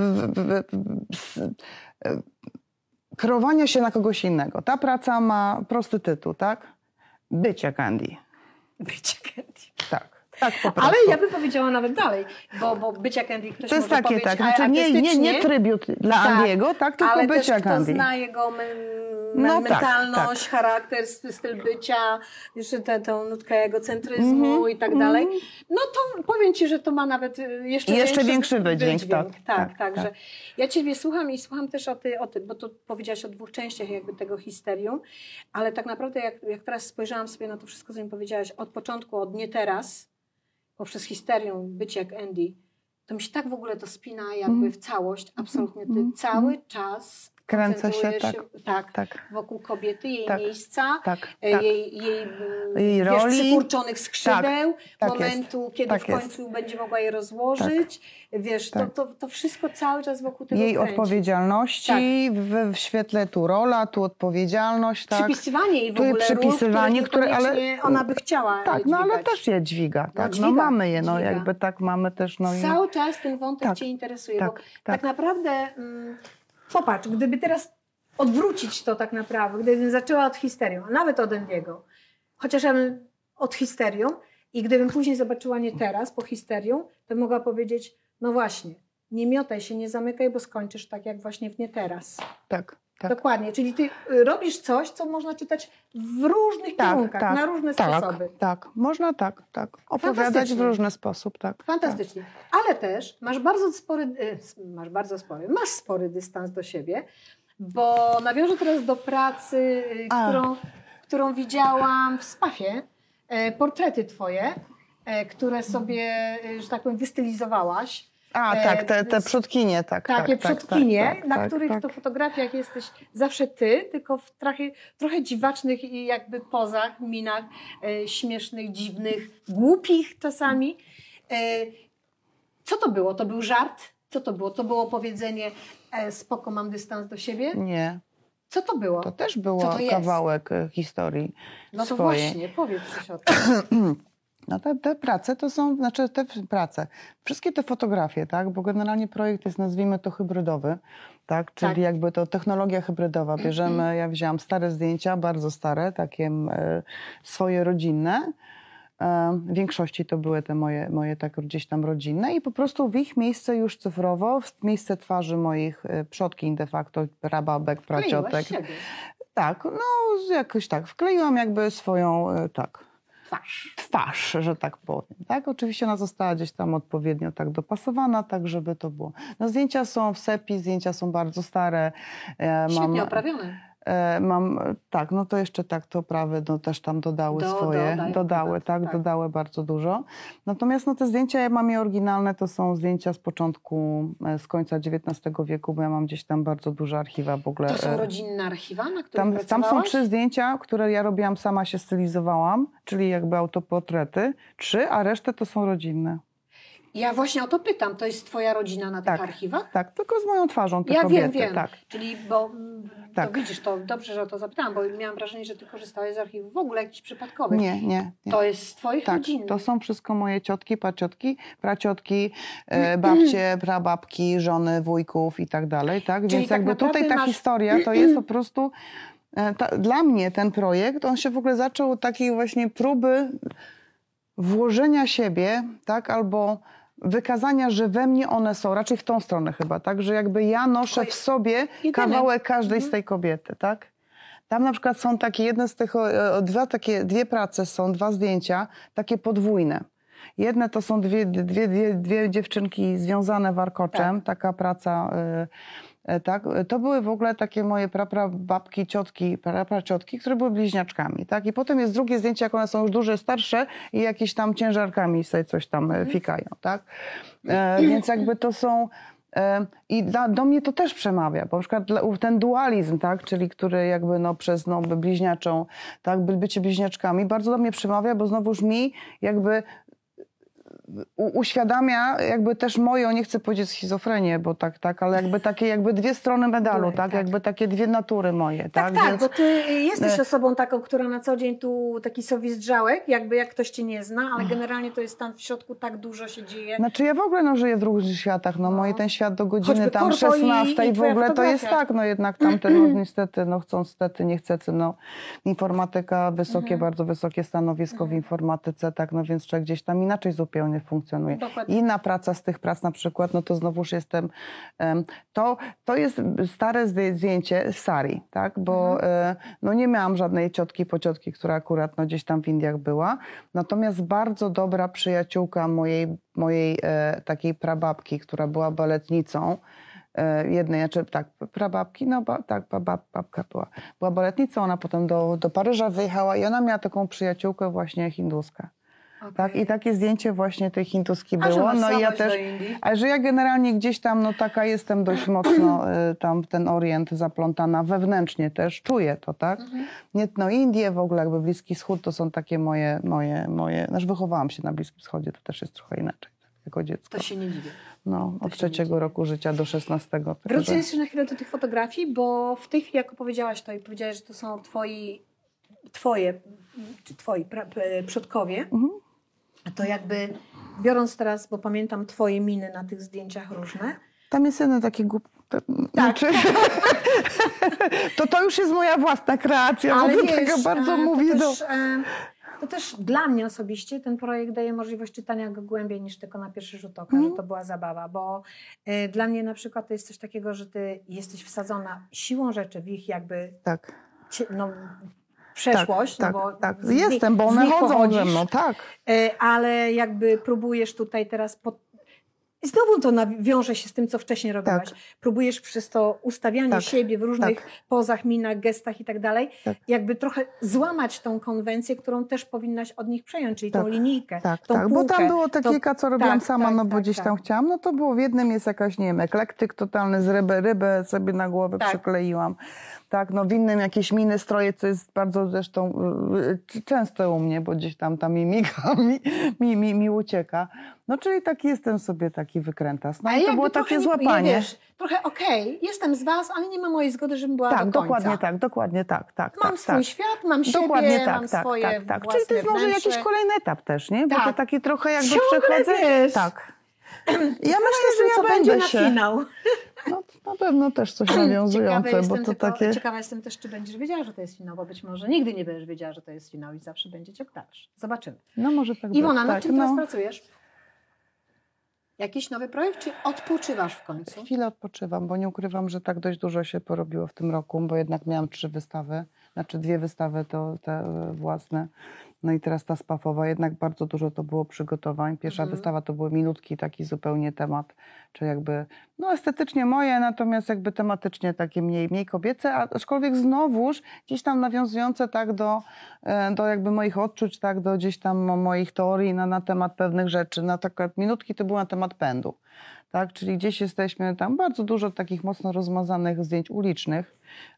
kreowania się na kogoś innego. Ta praca ma prosty tytuł, tak? Być jak Andy. Być jak Andy. Tak. Tak, po prostu. Ale ja bym powiedziała nawet dalej, bo być jak Andy ktoś to jest może takie, powiedzieć, tak, znaczy nie trybut dla Andiego, tak, tylko ale być jak Andy. Ale też kto zna jego mentalność, charakter, styl bycia, jeszcze tę nutkę egocentryzmu i tak dalej, no to powiem Ci, że to ma nawet jeszcze większy wydźwięk. Tak, także ja Ciebie słucham i słucham też o tym, bo tu powiedziałaś o dwóch częściach jakby tego histerium, ale tak naprawdę jak teraz spojrzałam sobie na to wszystko, co mi powiedziałaś od początku, od nie teraz, poprzez histerię, być jak Andy, to mi się tak w ogóle to spina jakby w całość, absolutnie. Ty cały czas kręcę się, wokół kobiety, jej miejsca, jej roli, przykurczonych skrzydeł, momentu, kiedy w końcu będzie mogła je rozłożyć. Wiesz, to wszystko cały czas wokół tego jej kręci. Odpowiedzialności, w świetle tu rola, tu odpowiedzialność. Przypisywanie jej w tu ogóle przypisywanie, ról, które ona by chciała tak, dźwigać. ale też je dźwiga. Tak? Mamy je, jakby tak mamy też. Cały czas ten wątek Cię interesuje, bo tak naprawdę... Popatrz, gdyby teraz odwrócić to tak naprawdę, gdybym zaczęła od histerią, a nawet od Andiego, chociaż od histerią i gdybym później zobaczyła nie teraz, po histerią, to bym mogła powiedzieć, no właśnie, nie miotaj się, nie zamykaj, bo skończysz tak jak właśnie w nie teraz. Tak. Tak. Dokładnie, czyli ty robisz coś, co można czytać w różnych kierunkach, na różne sposoby. Tak, można tak opowiadać w Fantastycznie. różny sposób, tak. Fantastycznie. Ale też masz spory dystans do siebie, bo nawiążę teraz do pracy, którą widziałam w Spafie, portrety twoje, które sobie, że tak powiem, wystylizowałaś. Tak, te przodkinie, Takie przodkinie, na których to fotografiach jesteś zawsze ty, tylko w trochę dziwacznych i jakby pozach, minach, śmiesznych, dziwnych, głupich czasami. Co to było? To był żart? Co to było? To było powiedzenie spoko, mam dystans do siebie? Nie. Co to było? To też było kawałek historii No to swojej. właśnie, powiedz coś o tym. No te prace to są, wszystkie te fotografie, tak, bo generalnie projekt jest, nazwijmy to, hybrydowy, tak, czyli jakby to technologia hybrydowa. Bierzemy, ja wzięłam stare zdjęcia, bardzo stare, takie swoje rodzinne, w większości to były te moje tak gdzieś tam rodzinne i po prostu w ich miejsce już cyfrowo, w miejsce twarzy moich przodkiń de facto, prababek, praciotek. Tak, no jakoś tak, wkleiłam jakby swoją, twarz, że tak powiem. Tak? Oczywiście ona została gdzieś tam odpowiednio tak dopasowana, tak żeby to było. No, zdjęcia są w sepi, zdjęcia są bardzo stare. Świetnie oprawione. No to jeszcze te oprawy też tam dodały swoje. Dodały bardzo dużo. Natomiast te zdjęcia, ja mam je oryginalne, to są zdjęcia z początku, z końca XIX wieku, bo ja mam gdzieś tam bardzo duże archiwa w ogóle. To są rodzinne archiwa, na których tam są 3 zdjęcia, które ja robiłam, sama się stylizowałam, czyli jakby autoportrety. 3, a resztę to są rodzinne. Ja właśnie o to pytam. To jest twoja rodzina na tych archiwach? Tak, tylko z moją twarzą te ja kobiety. wiem. Tak. Czyli, to widzisz, to dobrze, że o to zapytałam, bo miałam wrażenie, że ty korzystałeś z archiwów w ogóle jakichś przypadkowych. Nie. To jest z twoich rodzin. To są wszystko moje ciotki, praciotki, babcie, prababki, żony, wujków i tak dalej. Tak? Więc tak jakby tutaj ta historia to jest po prostu... Dla mnie ten projekt, on się w ogóle zaczął od takiej właśnie próby włożenia siebie, tak, albo wykazania, że we mnie one są, raczej w tą stronę chyba, tak, że jakby ja noszę w sobie kawałek każdej z tej kobiety, tak. Tam na przykład są takie, jedne z tych, dwie prace są, 2 zdjęcia, takie podwójne. Jedne to są dwie dziewczynki związane warkoczem, taka praca... Tak, to były w ogóle takie moje prababki, ciotki, praciotki, które były bliźniaczkami, tak? I potem jest drugie zdjęcie, jak one są już duże, starsze i jakieś tam ciężarkami sobie coś tam fikają, tak? Więc jakby to są... I do mnie to też przemawia, bo na przykład ten dualizm, tak, czyli który jakby przez bliźniaczą, tak, bycie bliźniaczkami, bardzo do mnie przemawia, bo znowuż mi jakby uświadamia jakby też moją, nie chcę powiedzieć schizofrenię, bo tak, ale jakby takie jakby 2 strony medalu, tak, jakby takie 2 natury moje. Tak, więc... bo ty jesteś osobą taką, która na co dzień tu taki sobie zdrzałek, jakby jak ktoś cię nie zna, ale generalnie to jest tam w środku tak dużo się dzieje. Znaczy ja w ogóle żyję w różnych światach, moje ten świat do godziny tam 16 i w ogóle to jest tak, jednak tamten niestety, chcą stety, nie chcecie, informatyka, bardzo wysokie stanowisko w informatyce, tak, więc człowiek gdzieś tam inaczej zupełnie funkcjonuje. Dokładnie. Inna praca z tych prac na przykład, to znowuż jestem, to jest stare zdjęcie z sari, tak, bo nie miałam żadnej pociotki, która akurat gdzieś tam w Indiach była, natomiast bardzo dobra przyjaciółka mojej takiej prababki, która była baletnicą, jednej, prababki, babka była baletnicą, ona potem do Paryża wyjechała i ona miała taką przyjaciółkę właśnie hinduskę. Okay. Tak, i takie zdjęcie właśnie tej hinduski było. I ja też, a że ja generalnie gdzieś tam, taka jestem dość mocno tam w ten Orient zaplątana wewnętrznie też, czuję to, tak? Indie, w ogóle jakby Bliski Wschód to są takie moje, wychowałam się na Bliskim Wschodzie, to też jest trochę inaczej, tak, jako dziecko. To się nie dziwię. Od 3 roku życia do 16. Wrócę jeszcze na chwilę do tych fotografii, bo w tej chwili, jak opowiedziałaś to i powiedziałaś, że to są twoi przodkowie, to jakby biorąc teraz, bo pamiętam twoje miny na tych zdjęciach różne. Tam jest jeden taki to już jest moja własna kreacja, ale bo to taka bardzo mówi. To też dla mnie osobiście ten projekt daje możliwość czytania go głębiej niż tylko na pierwszy rzut oka, że to była zabawa, bo dla mnie na przykład to jest coś takiego, że ty jesteś wsadzona siłą rzeczy w ich jakby przeszłość. Tak, no bo tak. Jestem, bo one chodzą ze mną, tak. Ale jakby próbujesz tutaj teraz i znowu to wiąże się z tym, co wcześniej robiłaś. Tak. Próbujesz przez to ustawianie siebie w różnych pozach, minach, gestach i tak dalej, jakby trochę złamać tą konwencję, którą też powinnaś od nich przejąć, czyli tą linijkę, tą półkę. Bo tam było te kilka, co robiłam sama, bo gdzieś tam chciałam. No to było w jednym jest jakaś, nie wiem, eklektyk totalny z rybę sobie na głowę przykleiłam. Tak, no w innym jakieś miny, stroje, co jest bardzo zresztą często u mnie, bo gdzieś tam mi miga, mi ucieka. No czyli taki jestem sobie taki wykrętas. No i to było takie złapanie. Wiesz, trochę jestem z was, ale nie ma mojej zgody, żebym była do końca. Dokładnie tak. Mam swój świat, mam siebie, mam swoje własne Czyli to jest może jakiś kolejny etap też, nie? Bo to taki trochę jakby przechodzę. Wiesz. Tak. Ja myślę, że ja będzie na finał. No na pewno też coś nawiązujące, bo to takie... Ciekawa jestem też, czy będziesz wiedziała, że to jest finał, bo być może nigdy nie będziesz wiedziała, że to jest finał i zawsze będzie ciąg dalszy. Zobaczymy. No może tak Iwona, nad czym teraz pracujesz? Jakiś nowy projekt, czy odpoczywasz w końcu? Chwilę odpoczywam, bo nie ukrywam, że tak dość dużo się porobiło w tym roku, bo jednak miałam 2 wystawy to te własne. No i teraz ta spafowa, jednak bardzo dużo to było przygotowań. Pierwsza wystawa to były minutki, taki zupełnie temat, czy jakby, estetycznie moje, natomiast jakby tematycznie takie mniej kobiece, aczkolwiek znowuż gdzieś tam nawiązujące tak do jakby moich odczuć, tak, do gdzieś tam moich teorii na temat pewnych rzeczy. Na przykład minutki to były na temat pędu. Tak, czyli gdzieś jesteśmy, tam bardzo dużo takich mocno rozmazanych zdjęć ulicznych,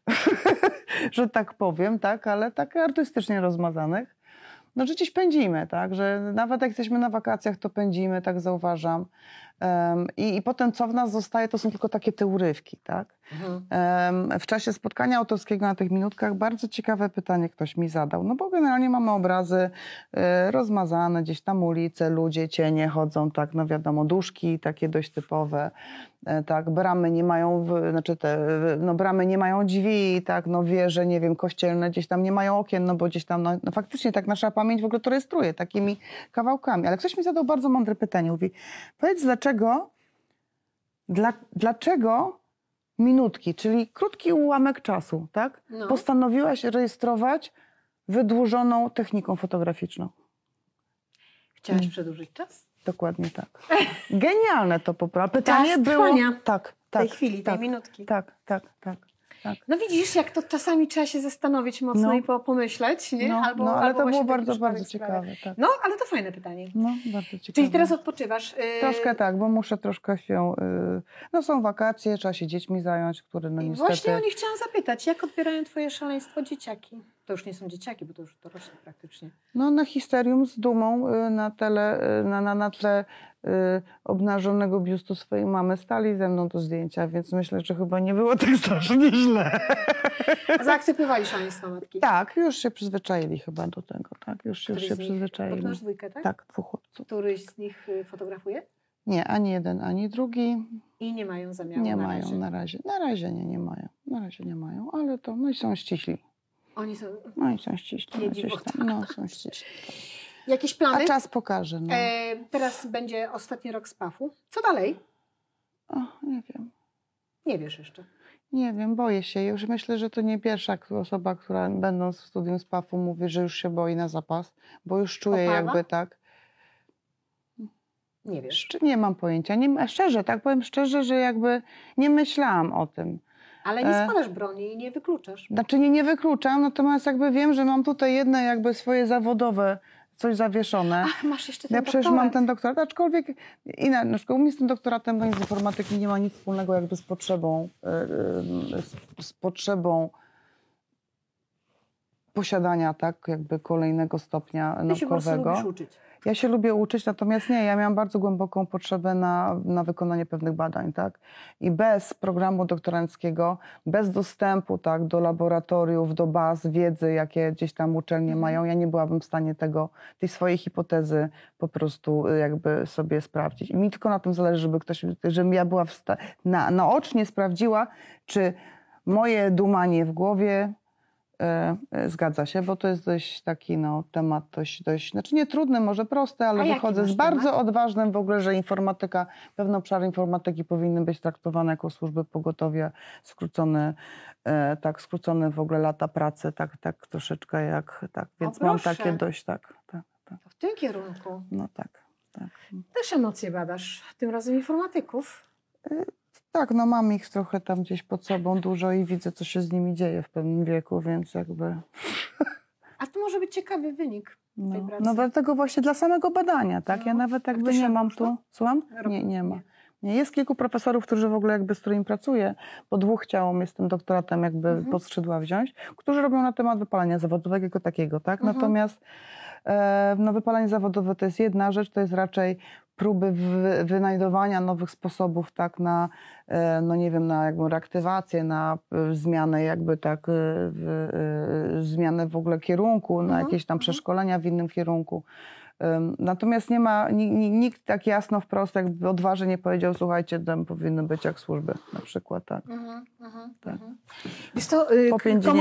że tak powiem, tak, ale tak artystycznie rozmazanych. No, że gdzieś pędzimy, tak, że nawet jak jesteśmy na wakacjach, to pędzimy, tak zauważam. I potem co w nas zostaje, to są tylko takie te urywki, tak. W czasie spotkania autorskiego na tych minutkach bardzo ciekawe pytanie ktoś mi zadał, no bo generalnie mamy obrazy rozmazane, gdzieś tam ulice, ludzie, cienie chodzą, tak, no wiadomo, duszki takie dość typowe, tak, bramy nie mają, bramy nie mają drzwi, tak, no wieże, nie wiem, kościelne gdzieś tam nie mają okien, no bo gdzieś tam, no faktycznie tak nasza pamięć w ogóle to rejestruje takimi kawałkami, ale ktoś mi zadał bardzo mądre pytanie, mówi, powiedz dlaczego minutki, czyli krótki ułamek czasu, tak? Postanowiłaś rejestrować wydłużoną techniką fotograficzną. Chciałaś przedłużyć czas? Dokładnie tak. Genialne to pytanie było. Tak. Tej chwili, tej minutki. Tak. No widzisz, jak to czasami trzeba się zastanowić mocno i pomyśleć, nie? Ale to było bardzo ciekawe. Tak. No, ale to fajne pytanie. No, bardzo ciekawe. Czyli teraz odpoczywasz? Troszkę tak, bo muszę troszkę się... są wakacje, trzeba się dziećmi zająć, które niestety... Właśnie o nich chciałam zapytać. Jak odbierają twoje szaleństwo dzieciaki? To już nie są dzieciaki, bo to już dorośli praktycznie. No na histerium z dumą na tle obnażonego biustu swojej mamy stali ze mną do zdjęcia, więc myślę, że chyba nie było tak strasznie źle. Zaakceptowali szaleństwo matki? Tak, już się przyzwyczaili chyba do tego, tak, już się przyzwyczaili. Masz 2, tak? Tak, 2 chłopców. Któryś z nich fotografuje? Nie, ani jeden, ani drugi. I nie mają zamiaru Nie mają na razie. Na razie nie mają. Na razie nie mają, ale to, no i są ściśli. Oni są... No i są ściśli. Są ściśli. Jakieś plany? A czas pokaże. No. Teraz będzie ostatni rok SPAF-u. Co dalej? Nie wiem. Nie wiesz jeszcze. Nie wiem, boję się. Już myślę, że to nie pierwsza osoba, która będąc w studium SPAF-u mówi, że już się boi na zapas, bo już czuję jakby tak. Nie wiesz. Nie mam pojęcia. Szczerze, tak powiem szczerze, że jakby nie myślałam o tym. Ale nie składasz broni i nie wykluczasz. Znaczy nie wykluczam, natomiast jakby wiem, że mam tutaj jedne jakby swoje zawodowe coś zawieszone. Ach, masz jeszcze ten Ja przecież mam ten doktorat, aczkolwiek na przykład u mnie z tym doktoratem z informatyki nie ma nic wspólnego jakby z potrzebą posiadania, tak, jakby kolejnego stopnia naukowego. Ty się po prostu lubisz uczyć. Ja się lubię uczyć, natomiast ja miałam bardzo głęboką potrzebę na wykonanie pewnych badań, tak? I bez programu doktoranckiego, bez dostępu, tak, do laboratoriów, do baz wiedzy, jakie gdzieś tam uczelnie mają, ja nie byłabym w stanie tej swojej hipotezy po prostu jakby sobie sprawdzić. I mi tylko na tym zależy, żebym ja była naocznie sprawdziła, czy moje dumanie w głowie Zgadza się, bo to jest dość taki temat dość, znaczy nie trudny, może prosty, ale A jaki wychodzę z masz bardzo temat? odważnym w ogóle, że informatyka, pewne obszary informatyki powinny być traktowane jako służby pogotowia, skrócone w ogóle lata pracy, tak troszeczkę więc mam proszę. takie dość, tak. To w tym kierunku. No tak. Też emocje badasz, tym razem informatyków. Tak, mam ich trochę tam gdzieś pod sobą dużo i widzę, co się z nimi dzieje w pewnym wieku, więc jakby... A to może być ciekawy wynik tej pracy. No dlatego właśnie dla samego badania, tak? Ja nawet jakby nie mam tu... Słucham? Nie ma. Nie. Jest kilku profesorów, którzy w ogóle jakby z którymi pracuję, po 2 chciałam z tym doktoratem jakby pod skrzydła wziąć, którzy robią na temat wypalenia zawodowego jako takiego, tak? Natomiast wypalenie zawodowe to jest jedna rzecz, to jest raczej próby wynajdowania nowych sposobów, tak, na, na jakby reaktywację, na zmianę jakby tak, zmianę w ogóle kierunku, na jakieś tam przeszkolenia w innym kierunku. Natomiast nie ma, nikt tak jasno wprost jakby odważnie nie powiedział, słuchajcie, tam powinny być jak służby na przykład, tak. Tak. Jest to, po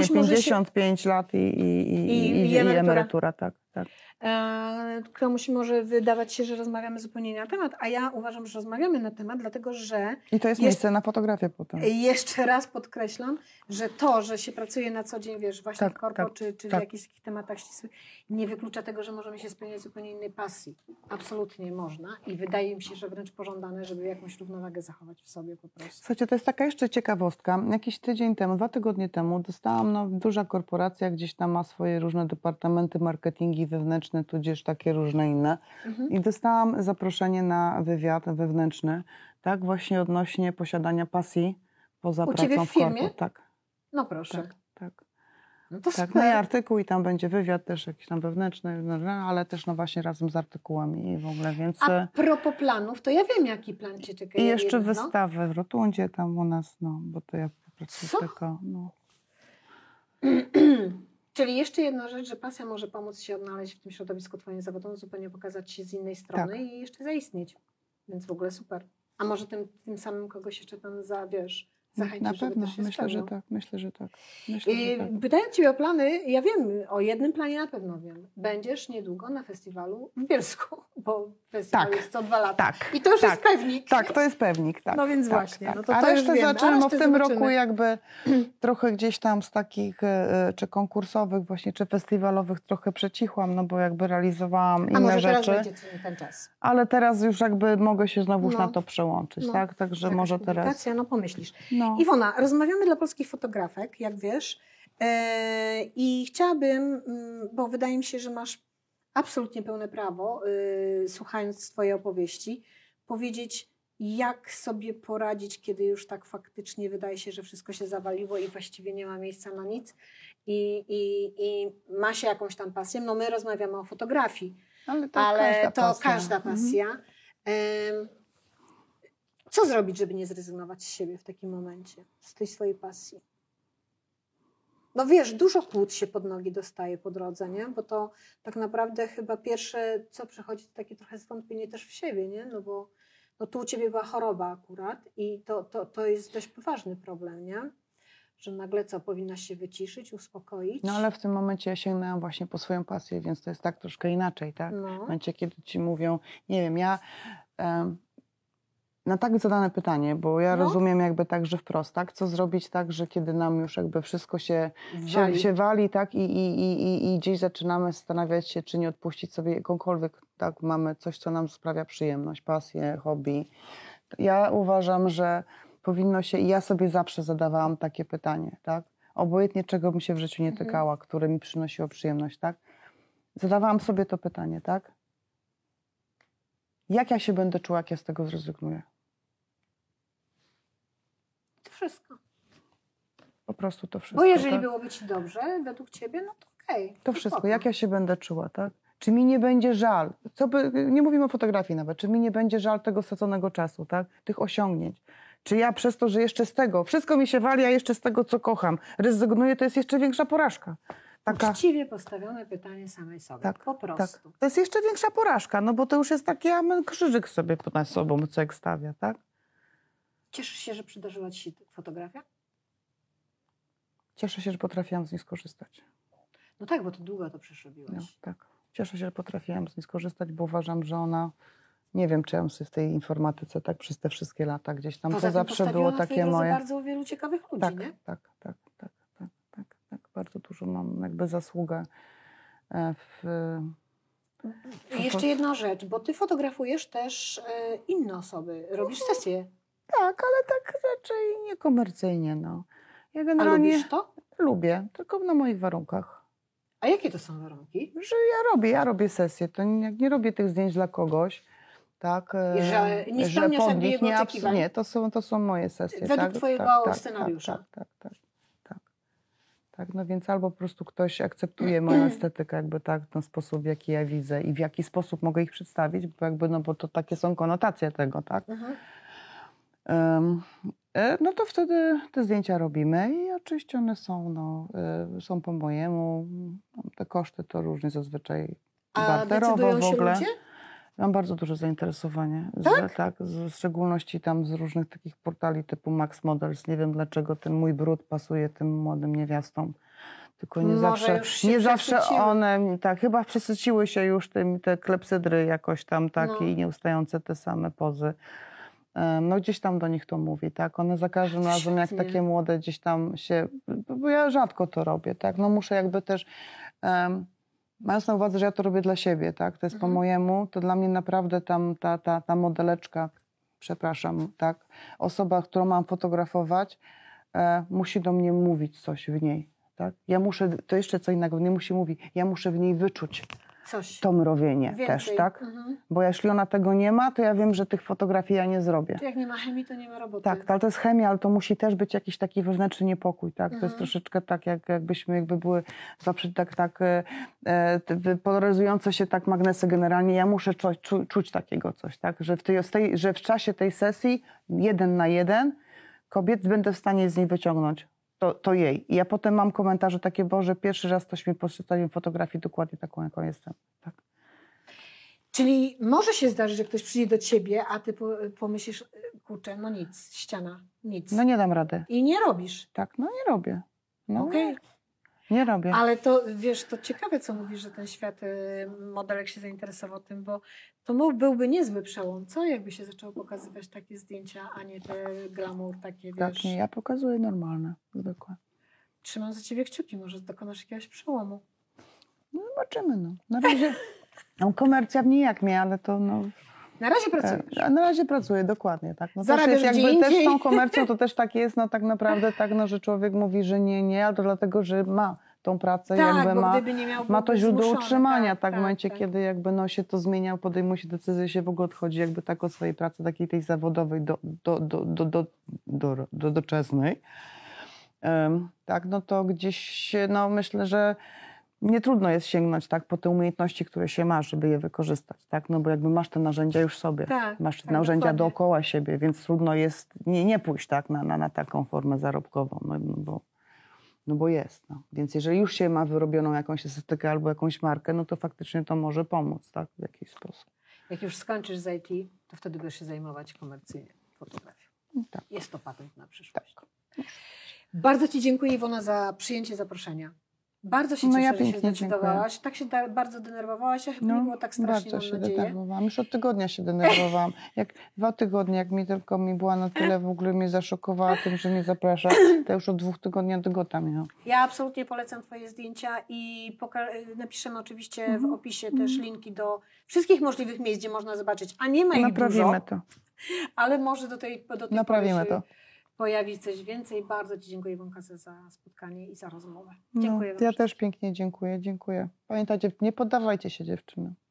55 lat i emerytura, tak. Komuś może wydawać się, że rozmawiamy zupełnie nie na temat, a ja uważam, że rozmawiamy na temat, dlatego że... I to jest miejsce na fotografię potem. Jeszcze raz podkreślam, że to, że się pracuje na co dzień, wiesz, właśnie w korpo czy w jakichś takich tematach ścisłych, nie wyklucza tego, że możemy się spełniać zupełnie innej pasji. Absolutnie można i wydaje mi się, że wręcz pożądane, żeby jakąś równowagę zachować w sobie po prostu. Słuchajcie, to jest taka jeszcze ciekawostka. Jakiś tydzień temu, 2 tygodnie temu dostałam, duża korporacja gdzieś tam ma swoje różne departamenty, marketingi wewnętrzne, tudzież takie różne inne. I dostałam zaproszenie na wywiad wewnętrzny, tak, właśnie odnośnie posiadania pasji poza pracą ciebie w firmie? korpo. Tak. No proszę. Tak. No to Tak, super. no i artykuł i tam będzie wywiad też jakiś tam wewnętrzny, ale też właśnie razem z artykułami i w ogóle, więc... A propos planów, to ja wiem, jaki plan cię czeka. I jeszcze wystawę w Rotundzie tam u nas, bo to ja pracuję tylko... Czyli jeszcze jedna rzecz, że pasja może pomóc się odnaleźć w tym środowisku twoim zawodowym, zupełnie pokazać się z innej strony i jeszcze zaistnieć. Więc w ogóle super. A może tym samym kogoś jeszcze tam zachęcisz, na żeby pewno, też się myślę, że spełniał. tak. Myślę, że tak. Pytając ciebie o plany, ja wiem, o jednym planie na pewno wiem. Będziesz niedługo na festiwalu w Bielsku, bo festiwal jest co 2 lata. I to już jest pewnik. Tak, to jest pewnik. Tak, no więc właśnie. No to a to resztę już zaczynam, bo w tym zobaczymy. roku jakby trochę gdzieś tam z takich czy konkursowych właśnie, czy festiwalowych trochę przecichłam, bo jakby realizowałam inne rzeczy. A może teraz będzie ten czas. Ale teraz już jakby mogę się znowuż na to przełączyć, tak? Także może teraz... No pomyślisz. No. Iwona, rozmawiamy dla polskich fotografek, jak wiesz, i chciałabym, bo wydaje mi się, że masz absolutnie pełne prawo, słuchając twojej opowieści, powiedzieć, jak sobie poradzić, kiedy już tak faktycznie wydaje się, że wszystko się zawaliło i właściwie nie ma miejsca na nic i ma się jakąś tam pasję. No my rozmawiamy o fotografii, ale to każda pasja. Co zrobić, żeby nie zrezygnować z siebie w takim momencie, z tej swojej pasji? No wiesz, dużo kłód się pod nogi dostaje po drodze, nie? Bo to tak naprawdę chyba pierwsze, co przychodzi, to takie trochę zwątpienie też w siebie, nie? No bo tu u ciebie była choroba akurat i to jest dość poważny problem, nie? Że nagle powinnaś się wyciszyć, uspokoić. No ale w tym momencie ja sięgnęłam właśnie po swoją pasję, więc to jest tak troszkę inaczej, tak? W momencie, kiedy ci mówią, nie wiem, ja... Na tak zadane pytanie, bo ja rozumiem jakby tak, że wprost, tak? Co zrobić tak, że kiedy nam już jakby wszystko się wali, tak? I gdzieś zaczynamy zastanawiać się, czy nie odpuścić sobie jakąkolwiek, tak? Mamy coś, co nam sprawia przyjemność, pasję, hobby. Ja uważam, że powinno się, i ja sobie zawsze zadawałam takie pytanie, tak? Obojętnie czego bym się w życiu nie tykała, które mi przynosiło przyjemność, tak? Zadawałam sobie to pytanie, tak? Jak ja się będę czuła, jak ja z tego zrezygnuję? To wszystko. Po prostu to wszystko. Bo jeżeli byłoby ci dobrze, według ciebie, no to okej. To wszystko. Jak ja się będę czuła, tak? Czy mi nie będzie żal? Nie mówimy o fotografii nawet. Czy mi nie będzie żal tego straconego czasu, tak? Tych osiągnięć? Czy ja przez to, że jeszcze z tego, wszystko mi się wali, a jeszcze z tego, co kocham, rezygnuję, to jest jeszcze większa porażka. Uczciwie postawione pytanie samej sobie. Tak, po prostu. Tak. To jest jeszcze większa porażka, no bo to już jest taki amen krzyżyk sobie nad sobą, co jak stawia, tak? Cieszysz się, że przydarzyła ci się fotografia? Cieszę się, że potrafiłam z niej skorzystać. No tak, bo ty długo to przecież robiłaś. No, tak. Cieszę się, że potrafiłam z niej skorzystać, bo uważam, że ona, nie wiem, czy ja w tej informatyce tak przez te wszystkie lata gdzieś tam, Poza to tym zawsze było na takie twojej drodze moje... bardzo wielu ciekawych ludzi, Tak, nie? tak. Bardzo dużo mam jakby zasługę w... I jeszcze jedna rzecz, bo ty fotografujesz też inne osoby, robisz sesje. Tak, ale tak raczej niekomercyjnie, no. Ja A generalnie lubisz to? lubię, tylko na moich warunkach. A jakie to są warunki? Że ja robię sesję, to nie robię tych zdjęć dla kogoś, tak? I że nie spełniasz jakby jego oczekiwań? Nie, to są moje sesje. Według tak? twojego scenariusza. Tak, no więc albo po prostu ktoś akceptuje moją estetykę jakby tak, ten sposób, w jaki ja widzę i w jaki sposób mogę ich przedstawić, bo jakby, no bo to takie są konotacje tego, tak? No to wtedy te zdjęcia robimy i oczywiście one są, są po mojemu. Te koszty to różnie zazwyczaj barterowo decydują w się ogóle. ludzie? Mam bardzo duże zainteresowanie. Tak? W szczególności tam z różnych takich portali typu Max Models. Nie wiem dlaczego ten mój brud pasuje tym młodym niewiastom. Tylko nie zawsze one, tak, chyba przesyciły się już te klepsydry jakoś tam takie i nieustające te same pozy. No gdzieś tam do nich to mówi, tak? One za każdym razem jak takie młode gdzieś tam się, bo ja rzadko to robię, tak? No muszę jakby też, mając na uwadze, że ja to robię dla siebie, tak? To jest po mojemu, to dla mnie naprawdę tam ta modeleczka, przepraszam, tak? Osoba, którą mam fotografować, musi do mnie mówić coś w niej, tak? Ja muszę, to jeszcze co innego, nie musi mówić, ja muszę w niej wyczuć to mrowienie też, tak? Bo jeśli ona tego nie ma, to ja wiem, że tych fotografii ja nie zrobię. Czy jak nie ma chemii, to nie ma roboty. Tak, ale to jest chemia, ale to musi też być jakiś taki wewnętrzny niepokój, tak? To jest troszeczkę tak, jakbyśmy były polaryzujące się tak magnesy generalnie. Ja muszę czuć takiego coś, tak? Że w czasie tej sesji 1 na 1 kobiet będę w stanie z niej wyciągnąć. To jej. I ja potem mam komentarze takie, Boże, pierwszy raz ktoś mi postawił fotografię dokładnie taką, jaką jestem. Tak. Czyli może się zdarzyć, że ktoś przyjdzie do ciebie, a ty pomyślisz, kurczę, no nic, ściana, nic. No nie dam rady. I nie robisz. Tak, no nie robię. No, Okej. Nie robię. Ale to, wiesz, to ciekawe, co mówisz, że ten świat modelek się zainteresował tym, bo to byłby niezły przełom, co? Jakby się zaczęło pokazywać takie zdjęcia, a nie te glamour takie, wiesz. Tak, nie, ja pokazuję normalne, zwykłe. Trzymam za ciebie kciuki, może dokonasz jakiegoś przełomu. No zobaczymy, no. Na razie, komercja nijak mnie, ale to no... Na razie pracujesz. Na razie pracuję, dokładnie, tak. No Zarabiasz też gdzie też indziej. z tą komercją to też tak jest, no tak naprawdę tak, no, że człowiek mówi, że nie, ale to dlatego, że ma tą pracę, Tak, jakby bo gdyby nie miał, ma to byłby źródło zmuszony. utrzymania, tak, w tak, momencie, tak. kiedy jakby no się to zmienia, podejmuje się decyzję, się w ogóle odchodzi jakby tak od swojej pracy, takiej tej zawodowej do doczesnej. Tak, no to gdzieś, no myślę, że nie trudno jest sięgnąć tak po te umiejętności, które się ma, żeby je wykorzystać, tak, no bo jakby masz te narzędzia już sobie, Tak, masz te tak, narzędzia dokładnie. dookoła siebie, więc trudno jest nie pójść tak na taką formę zarobkową, no bo jest, no. Więc jeżeli już się ma wyrobioną jakąś estetykę albo jakąś markę, no to faktycznie to może pomóc, tak, w jakiś sposób. Jak już skończysz z IT, to wtedy będziesz się zajmować komercyjnie fotografią. Tak. Jest to patent na przyszłość. Bardzo ci dziękuję, Iwona, za przyjęcie zaproszenia. Bardzo się No cieszę, ja że się pięknie zdecydowałaś. Tak się bardzo denerwowałaś, a chyba nie było tak strasznie, bardzo mam się nadzieję. denerwowałam. Już od tygodnia się denerwowałam. Jak 2 tygodnie, jak mi tylko była na tyle, w ogóle mnie zaszokowała tym, że mnie zaprasza, to już od 2 tygodni dygota miałam. Ja absolutnie polecam twoje zdjęcia i napiszemy oczywiście w opisie też linki do wszystkich możliwych miejsc, gdzie można zobaczyć, a nie ma ich Naprawimy dużo, to. ale może do tej Naprawimy pory się to. pojawi coś więcej. Bardzo ci dziękuję, Iwonka, za spotkanie i za rozmowę. No, Dziękuję. ja też pięknie dziękuję. Pamiętajcie, nie poddawajcie się, dziewczyny.